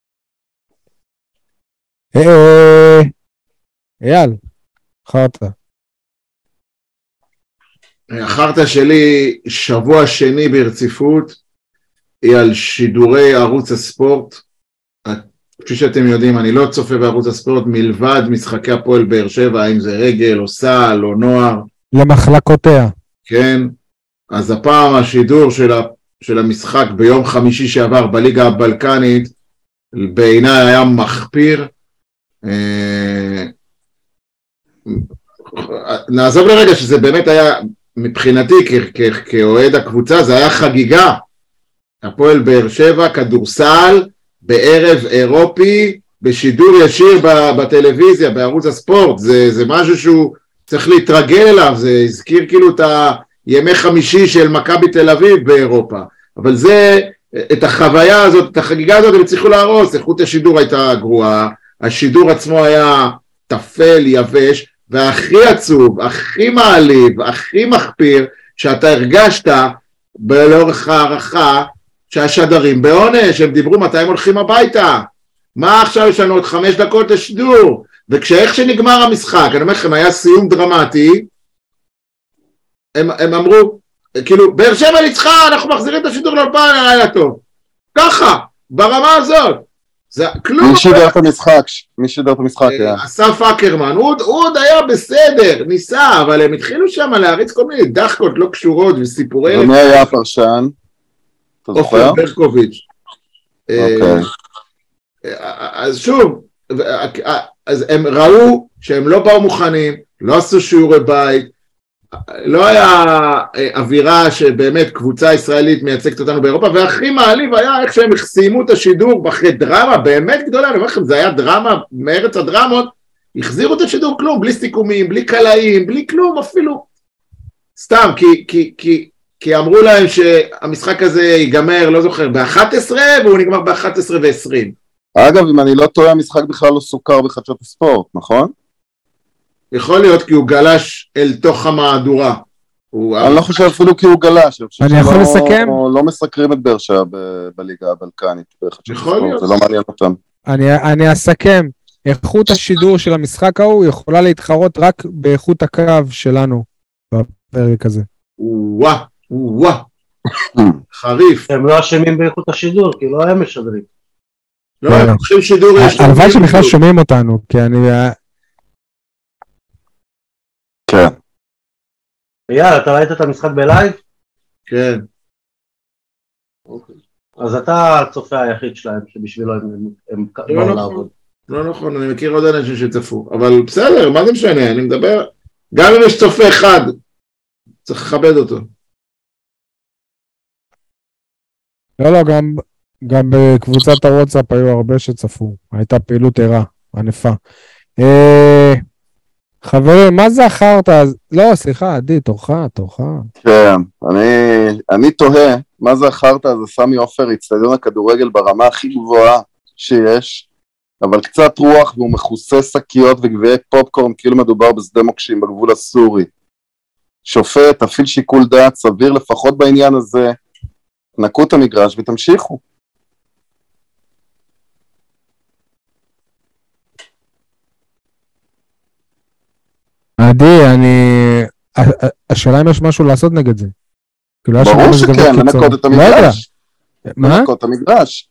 אייל, חרטה. החרטה שלי שבוע שני ברציפות היא על שידורי ערוץ הספורט. כפי שאתם יודעים, אני לא צופה בערוץ הספורט מלבד משחקי הפועל באר שבע, אם זה רגל או סל או נוער. למחלקותיה. כן, אז הפעם השידור של, ה, של המשחק ביום חמישי שעבר בליגה הבלקנית, בעיניי היה מחפיר. אה, נעזוב לרגע שזה באמת היה, מבחינתי כאוהד הקבוצה, זה היה חגיגה. הפועל באר שבע, כדורסל, בערב אירופי, בשידור ישיר בטלוויזיה, בערוץ הספורט, זה, זה משהו שהוא צריך להתרגל אליו, זה הזכיר כאילו את הימי חמישי של מכבי תל אביב באירופה, אבל זה, את החוויה הזאת, את החגיגה הזאת הם צריכו להרוס, איכות השידור הייתה גרועה, השידור עצמו היה תפל, יבש, והכי עצוב, הכי מעליב, הכי מחפיר, שאתה הרגשת לאורך הערכה, שהשדרים בעונש, הם דיברו מתי הם הולכים הביתה, מה עכשיו יש לנו עוד חמש דקות לשידור, וכשאיך שנגמר המשחק, אני אומר לכם, היה סיום דרמטי, הם, הם אמרו, כאילו, באר שבע ניצחה, אנחנו מחזירים את השידור לאולפן, היה טוב, ככה, ברמה הזאת, זה כלום. מי שידר את המשחק, מי שידר את המשחק, אסף אקרמן, הוא עוד היה בסדר, ניסה, אבל הם התחילו שם להריץ כל מיני דחקות לא קשורות וסיפורי... ומי היה הפרשן? עופר ברקוביץ'. אוקיי. אז שוב, אז הם ראו שהם לא באו מוכנים, לא עשו שיעורי בית, לא היה אווירה שבאמת קבוצה ישראלית מייצגת אותנו באירופה, והכי מעליב היה איך שהם סיימו את השידור אחרי דרמה באמת גדולה, אני אומר לכם, זה היה דרמה מארץ הדרמות, החזירו את השידור כלום, בלי סיכומים, בלי קלעים, בלי כלום אפילו, סתם, כי, כי, כי, כי אמרו להם שהמשחק הזה ייגמר, לא זוכר, ב-אחת עשרה, והוא נגמר ב-אחת עשרה ועשרים. אגב, אם אני לא טועה, המשחק בכלל לא סוכר בחדשות הספורט, נכון? יכול להיות כי הוא גלש אל תוך המהדורה. אני לא חושב אפילו כי הוא גלש. אני יכול לסכם? לא מסקרים את באר שבע בליגה הבלקנית. יכול להיות. זה לא מעניין אותם. אני אסכם. איכות השידור של המשחק ההוא יכולה להתחרות רק באיכות הקו שלנו בפרק הזה. וואה, וואה. חריף. הם לא אשמים באיכות השידור, כי לא הם משדרים. לא, הם חושבים שידור יש... הלוואי שבכלל שומעים אותנו, כי אני... כן. יאללה, אתה ראית את המשחק בלייב? כן. אוקיי. אז אתה הצופה היחיד שלהם, שבשבילו הם באו לעבוד. לא נכון, אני מכיר עוד אנשים שצפו, אבל בסדר, מה זה משנה, אני מדבר, גם אם יש צופה אחד, צריך לכבד אותו. לא, לא, גם, גם בקבוצת הוואטסאפ היו הרבה שצפו, הייתה פעילות ערה, ענפה. אה, חברים, מה זה החרת? לא, סליחה, עדי, תורך, תורך. כן, אני, אני תוהה, מה זה החרת? זה סמי עופר, אצטדיון הכדורגל ברמה הכי גבוהה שיש, אבל קצת רוח והוא מכוסה שקיות וגביעי פופקורן, כאילו מדובר בשדה מוקשים בגבול הסורי. שופט, תפעיל שיקול דעת, סביר לפחות בעניין הזה, נקו את המגרש ותמשיכו. עדי, אני... השאלה אם יש משהו לעשות נגד זה. ברור שכן, לנקות את המגרש. מה? לנקות את המגרש.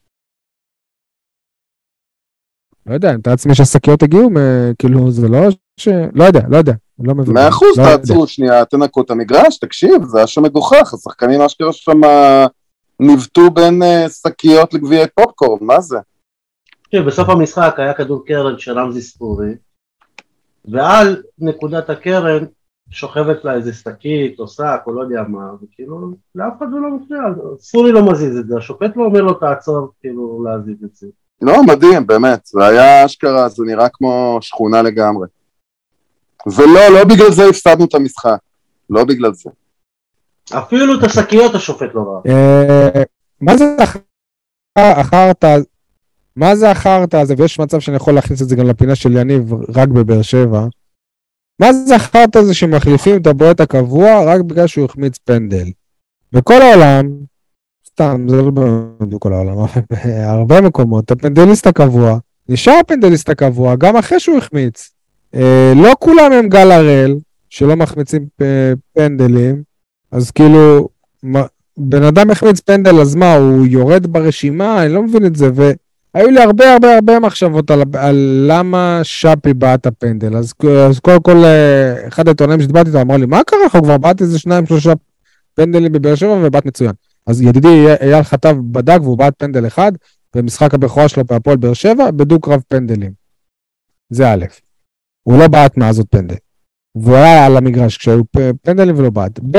לא יודע, אני עצמי שהשקיות הגיעו, כאילו זה לא ש... לא יודע, לא יודע. מאה אחוז, תעצרו שנייה, תנקו את המגרש, תקשיב, זה היה שם מגוחך, השחקנים אשכרה שם נבטו בין שקיות לגביעי פופקורן, מה זה? בסוף המשחק היה כדור קרן של רמזי ספורי, ועל נקודת הקרן שוכבת לה איזה שקית או שק או לא יודע מה, וכאילו לאף אחד זה לא מפריע, ספורי לא מזיז את זה, השופט לא אומר לו תעצור כאילו להזיז את זה. לא, מדהים, באמת, זה היה אשכרה, זה נראה כמו שכונה לגמרי. ולא, לא בגלל זה הפסדנו את המשחק, לא בגלל זה. אפילו את השקיות השופט לא ראה. מה זה אחרת, מה זה אחרת הזה, ויש מצב שאני יכול להכניס את זה גם לפינה של יניב רק בבאר שבע, מה זה אחרת הזה שמחליפים את הבועט הקבוע רק בגלל שהוא החמיץ פנדל? בכל העולם, סתם, זה לא בכל העולם, הרבה מקומות, הפנדליסט הקבוע, נשאר הפנדליסט הקבוע, גם אחרי שהוא החמיץ. לא כולם הם גל הראל, שלא מחמיצים פנדלים, אז כאילו, בן אדם החמיץ פנדל, אז מה, הוא יורד ברשימה? אני לא מבין את זה, והיו לי הרבה הרבה הרבה מחשבות על, על למה שפי בעט הפנדל, אז, אז כל כל, אחד העיתונאים שדיברתי איתו אמר לי, מה קרה לך? הוא כבר בעט איזה שניים שלושה פנדלים בבאר שבע ובעט מצוין. אז ידידי אייל חטב בדק והוא בעט פנדל אחד, במשחק הבכורה שלו בהפועל באר שבע, בדוק רב פנדלים. זה א'. הוא לא בעט מאז עוד פנדל. והוא היה על המגרש כשהיו פנדלים ולא בעט. ב'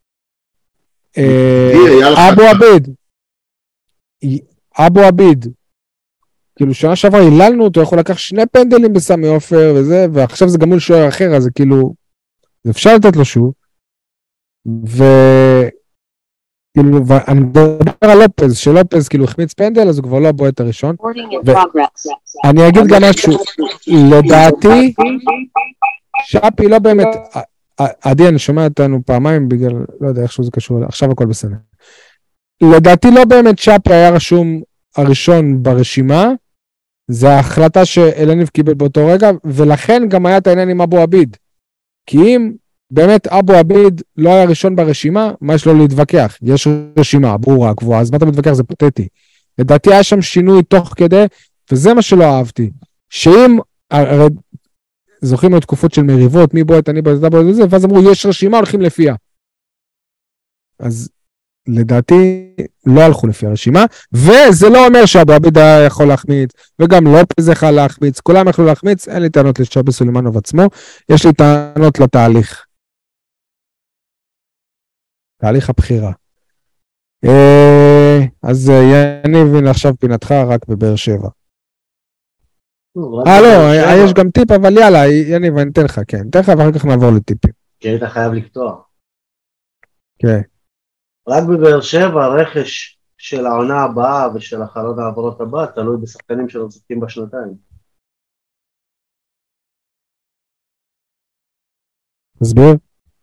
אבו עביד. אבו עביד. כאילו שנה שעבר היללנו אותו, יכול לקח שני פנדלים בסמי עופר וזה, ועכשיו זה גם מול שוער אחר, אז זה כאילו, אפשר לתת לו שוב. ו... כאילו, ואני מדבר על לופז, שלופז כאילו החמיץ פנדל, אז הוא כבר לא הבועט הראשון. ואני אגיד גם משהו, לדעתי, שפי לא באמת, עדי, אני שומע אותנו פעמיים בגלל, לא יודע איכשהו זה קשור, עכשיו הכל בסדר. לדעתי לא באמת שפי היה רשום הראשון ברשימה, זה ההחלטה שאלניב קיבל באותו רגע, ולכן גם היה את העניין עם אבו עביד. כי אם באמת אבו עביד לא היה ראשון ברשימה, מה יש לו להתווכח? יש רשימה ברורה, קבועה, אז מה אתה מתווכח? זה פתטי. לדעתי היה שם שינוי תוך כדי, וזה מה שלא אהבתי. שאם, הרי, זוכרים את תקופות של מריבות, מי בועט, אני בועט, בועט, זה, ואז אמרו, יש רשימה, הולכים לפיה. אז לדעתי לא הלכו לפי הרשימה, וזה לא אומר שאבו עביד היה יכול להחמיץ, וגם לופז יכול להחמיץ, כולם יכלו להחמיץ, אין לי טענות לשבי סולימנוב עצמו, יש לי טענות לתהליך. תהליך הבחירה. אז יניב, עכשיו פינתך רק בבאר שבע. אה, לא, יש גם טיפ, אבל יאללה, יניב, אני אתן לך, כן. אתן לך, ואחר כך נעבור לטיפים. כי היית חייב לקטוע. כן. רק בבאר שבע, רכש של העונה הבאה ושל החלון העברות הבאה, תלוי בשחקנים שלא משחקים בשנתיים. תסביר.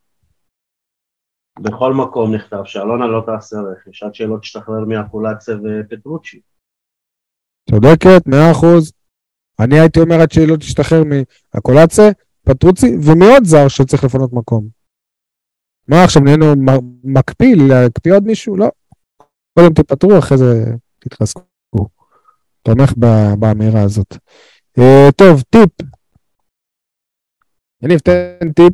בכל מקום נכתב שאלונה לא תעשה רכש, עד שלא תשתחרר מהקולציה ופטרוצ'י. צודקת, מאה אחוז. אני הייתי אומר עד שלא תשתחרר מהקולציה, פטרוצי, ומאוד זר שצריך לפנות מקום. מה עכשיו, נהיינו מקפיל, להקפיא עוד מישהו? לא. קודם תפטרו, אחרי זה תתחזקו. תומך באמירה הזאת. טוב, טיפ. יניב, תן טיפ.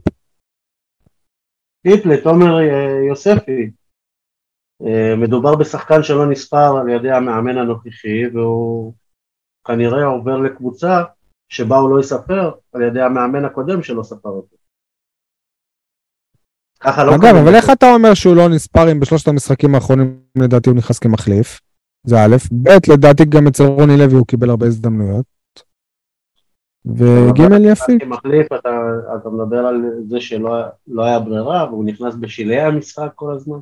טיפ לתומר יוספי. מדובר בשחקן שלא נספר על ידי המאמן הנוכחי, והוא כנראה עובר לקבוצה שבה הוא לא יספר על ידי המאמן הקודם שלא ספר אותו. ככה לא... אגב, אבל איך אתה אומר שהוא לא נספר אם בשלושת המשחקים האחרונים לדעתי הוא נכנס כמחליף? זה א', ב', לדעתי גם אצל רוני לוי הוא קיבל הרבה הזדמנויות. וג' יפית. כמחליף אתה, אתה מדבר על זה שלא לא היה ברירה, והוא נכנס בשלהי המשחק כל הזמן.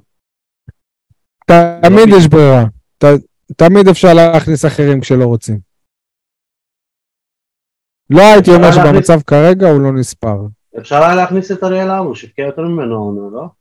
תמיד יש ברירה. ת, תמיד אפשר להכניס אחרים כשלא רוצים. לא הייתי אומר שבמצב כרגע הוא לא נספר. אפשר היה להכניס את אריאל עמוס, שפקיע יותר ממנו, לא?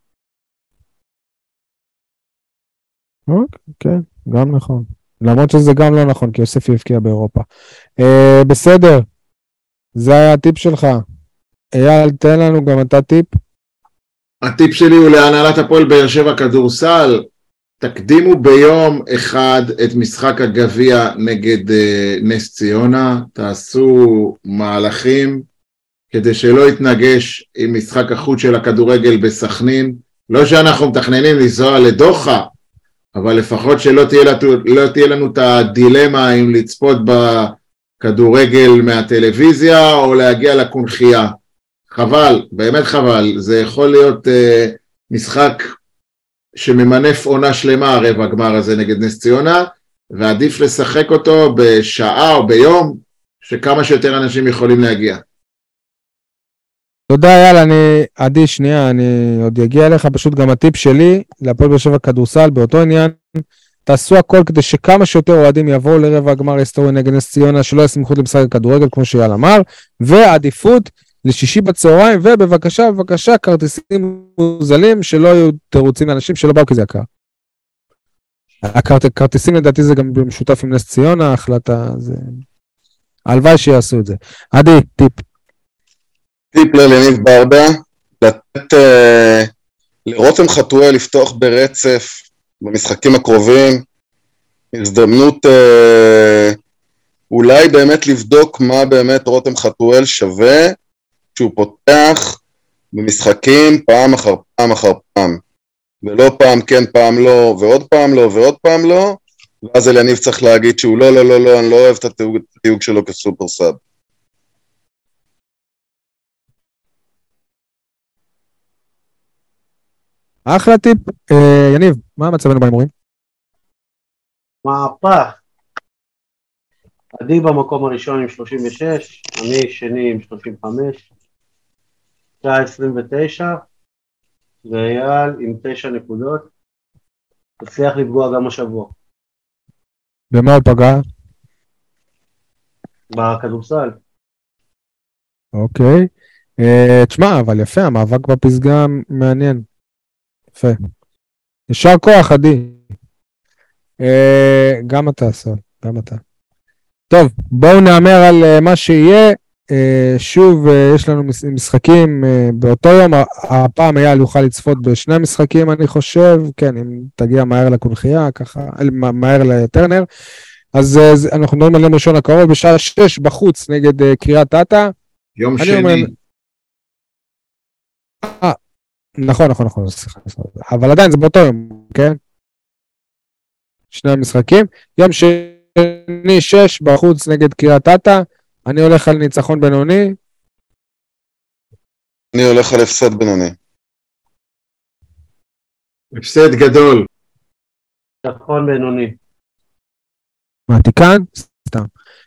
אוקיי, גם נכון. למרות שזה גם לא נכון, כי יוסף יבקיע באירופה. אה, בסדר, זה היה הטיפ שלך. אייל, תן לנו גם אתה טיפ. הטיפ שלי הוא להנהלת הפועל באר שבע כדורסל, תקדימו ביום אחד את משחק הגביע נגד אה, נס ציונה, תעשו מהלכים כדי שלא יתנגש עם משחק החוץ של הכדורגל בסכנין, לא שאנחנו מתכננים לנסוע לדוחה, אבל לפחות שלא תהיה, לא תהיה לנו את הדילמה אם לצפות בכדורגל מהטלוויזיה או להגיע לקונחייה. חבל, באמת חבל, זה יכול להיות uh, משחק שממנף עונה שלמה הרבע הגמר הזה נגד נס ציונה, ועדיף לשחק אותו בשעה או ביום, שכמה שיותר אנשים יכולים להגיע. תודה יאללה, אני עדי שנייה, אני עוד אגיע אליך, פשוט גם הטיפ שלי, להפועל באר שבע כדורסל באותו עניין, תעשו הכל כדי שכמה שיותר אוהדים יבואו לרבע הגמר ההיסטורי נגד נס ציונה, שלא יסמיכות למשחק הכדורגל כמו שאייל אמר, ועדיפות לשישי בצהריים, ובבקשה, בבקשה, כרטיסים מוזלים, שלא יהיו תירוצים לאנשים שלא באו כי זה יקר. הכרטיסים לדעתי זה גם במשותף עם נס ציונה, החלטה, זה... הלוואי שיעשו את זה. עדי, טיפ. טיפ ללניב ברדה, לתת אה, לרותם חתואל לפתוח ברצף במשחקים הקרובים, הזדמנות אה, אולי באמת לבדוק מה באמת רותם חתואל שווה, שהוא פותח במשחקים פעם אחר פעם אחר פעם, ולא פעם כן פעם לא, ועוד פעם לא ועוד פעם לא, ואז אליניב צריך להגיד שהוא לא לא לא לא, אני לא אוהב את התיוג, התיוג שלו כסופר סאב. אחלה טיפ. אה, יניב, מה המצבנו בהימורים? מהפך. עדי במקום הראשון עם שלושים ושש, אני שני עם שלושים וחמש, שעה עשרים ותשע, ואייל עם תשע נקודות. תצליח לפגוע גם השבוע. במה הוא פגע? בכדורסל. אוקיי. אה, תשמע, אבל יפה, המאבק בפסגה מעניין. יפה. ישר כוח, עדי. אה, גם אתה, סול, גם אתה. טוב, בואו נאמר על uh, מה שיהיה. Uh, שוב, uh, יש לנו משחקים uh, באותו יום. הפעם אייל יוכל לצפות בשני המשחקים, אני חושב. כן, אם תגיע מהר לקונחייה, ככה, מהר לטרנר. אז uh, אנחנו מדברים על יום ראשון הקרוב, בשעה שש בחוץ נגד uh, קריית אתא. יום שני. אומר... אה, נכון, נכון, נכון. אבל עדיין זה באותו יום, כן? שני המשחקים. יום שני שש בחוץ נגד קריית אתא. אני הולך על ניצחון בינוני. אני הולך על הפסד בינוני. הפסד גדול. ניצחון בינוני. מה, תיקן? סתם.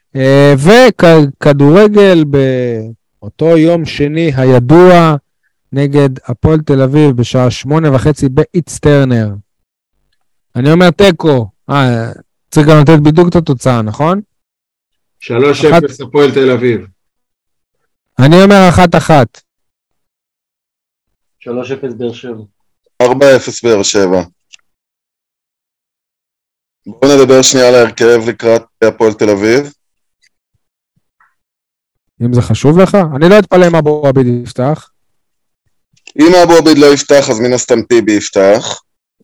וכדורגל באותו יום שני הידוע נגד הפועל תל אביב בשעה שמונה וחצי באיצטרנר. אני אומר תיקו. אה, צריך גם לתת בדיוק את התוצאה, נכון? שלוש אפס הפועל תל אביב. אני אומר אחת אחת. שלוש אפס באר שבע. ארבע אפס באר שבע. בואו נדבר שנייה על ההרכב לקראת הפועל תל אביב. אם זה חשוב לך, אני לא אתפלא אם אבו עביד יפתח. אם אבו עביד לא יפתח, אז מן הסתם טיבי יפתח.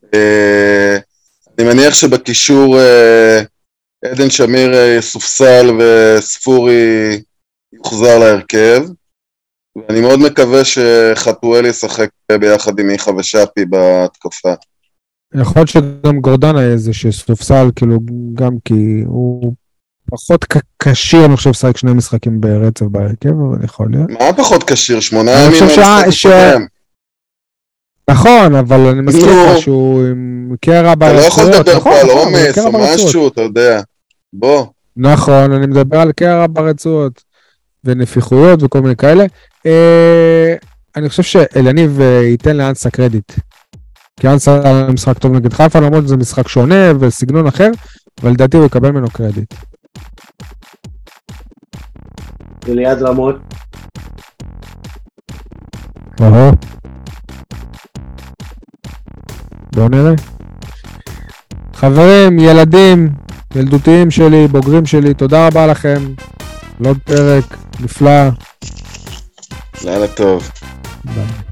אני מניח שבקישור עדן שמיר יסופסל וספורי יוחזר להרכב, ואני מאוד מקווה שחתואל ישחק ביחד עם מיכה ושאפי בהתקפה. יכול להיות שגם גורדנה איזה שסופסל, כאילו גם כי הוא פחות כשיר, אני חושב, שחק שני משחקים ברצף בהרכב, אבל יכול להיות. מה פחות כשיר? שמונה אני ימים חושב מהמשחק ש- הקודם. נכון, אבל אני מסכים נו. לך שהוא עם קרע אתה לא יכול ברצועות. לדבר נכון, פה על נכון, אבל עומס קרע או ברצועות. משהו, אתה יודע. בוא. נכון, אני מדבר על קרע ברצועות ונפיחויות וכל מיני כאלה. אה, אני חושב שאליניב אה, ייתן לאנסה קרדיט. כי אנסה היה משחק טוב נגד חיפה, למרות שזה משחק שונה וסגנון אחר, אבל לדעתי הוא יקבל ממנו קרדיט. וליד רמות, אוהו. בואו נראה. חברים, ילדים, ילדותיים שלי, בוגרים שלי, תודה רבה לכם. לעוד פרק נפלא. לילה טוב. ביי.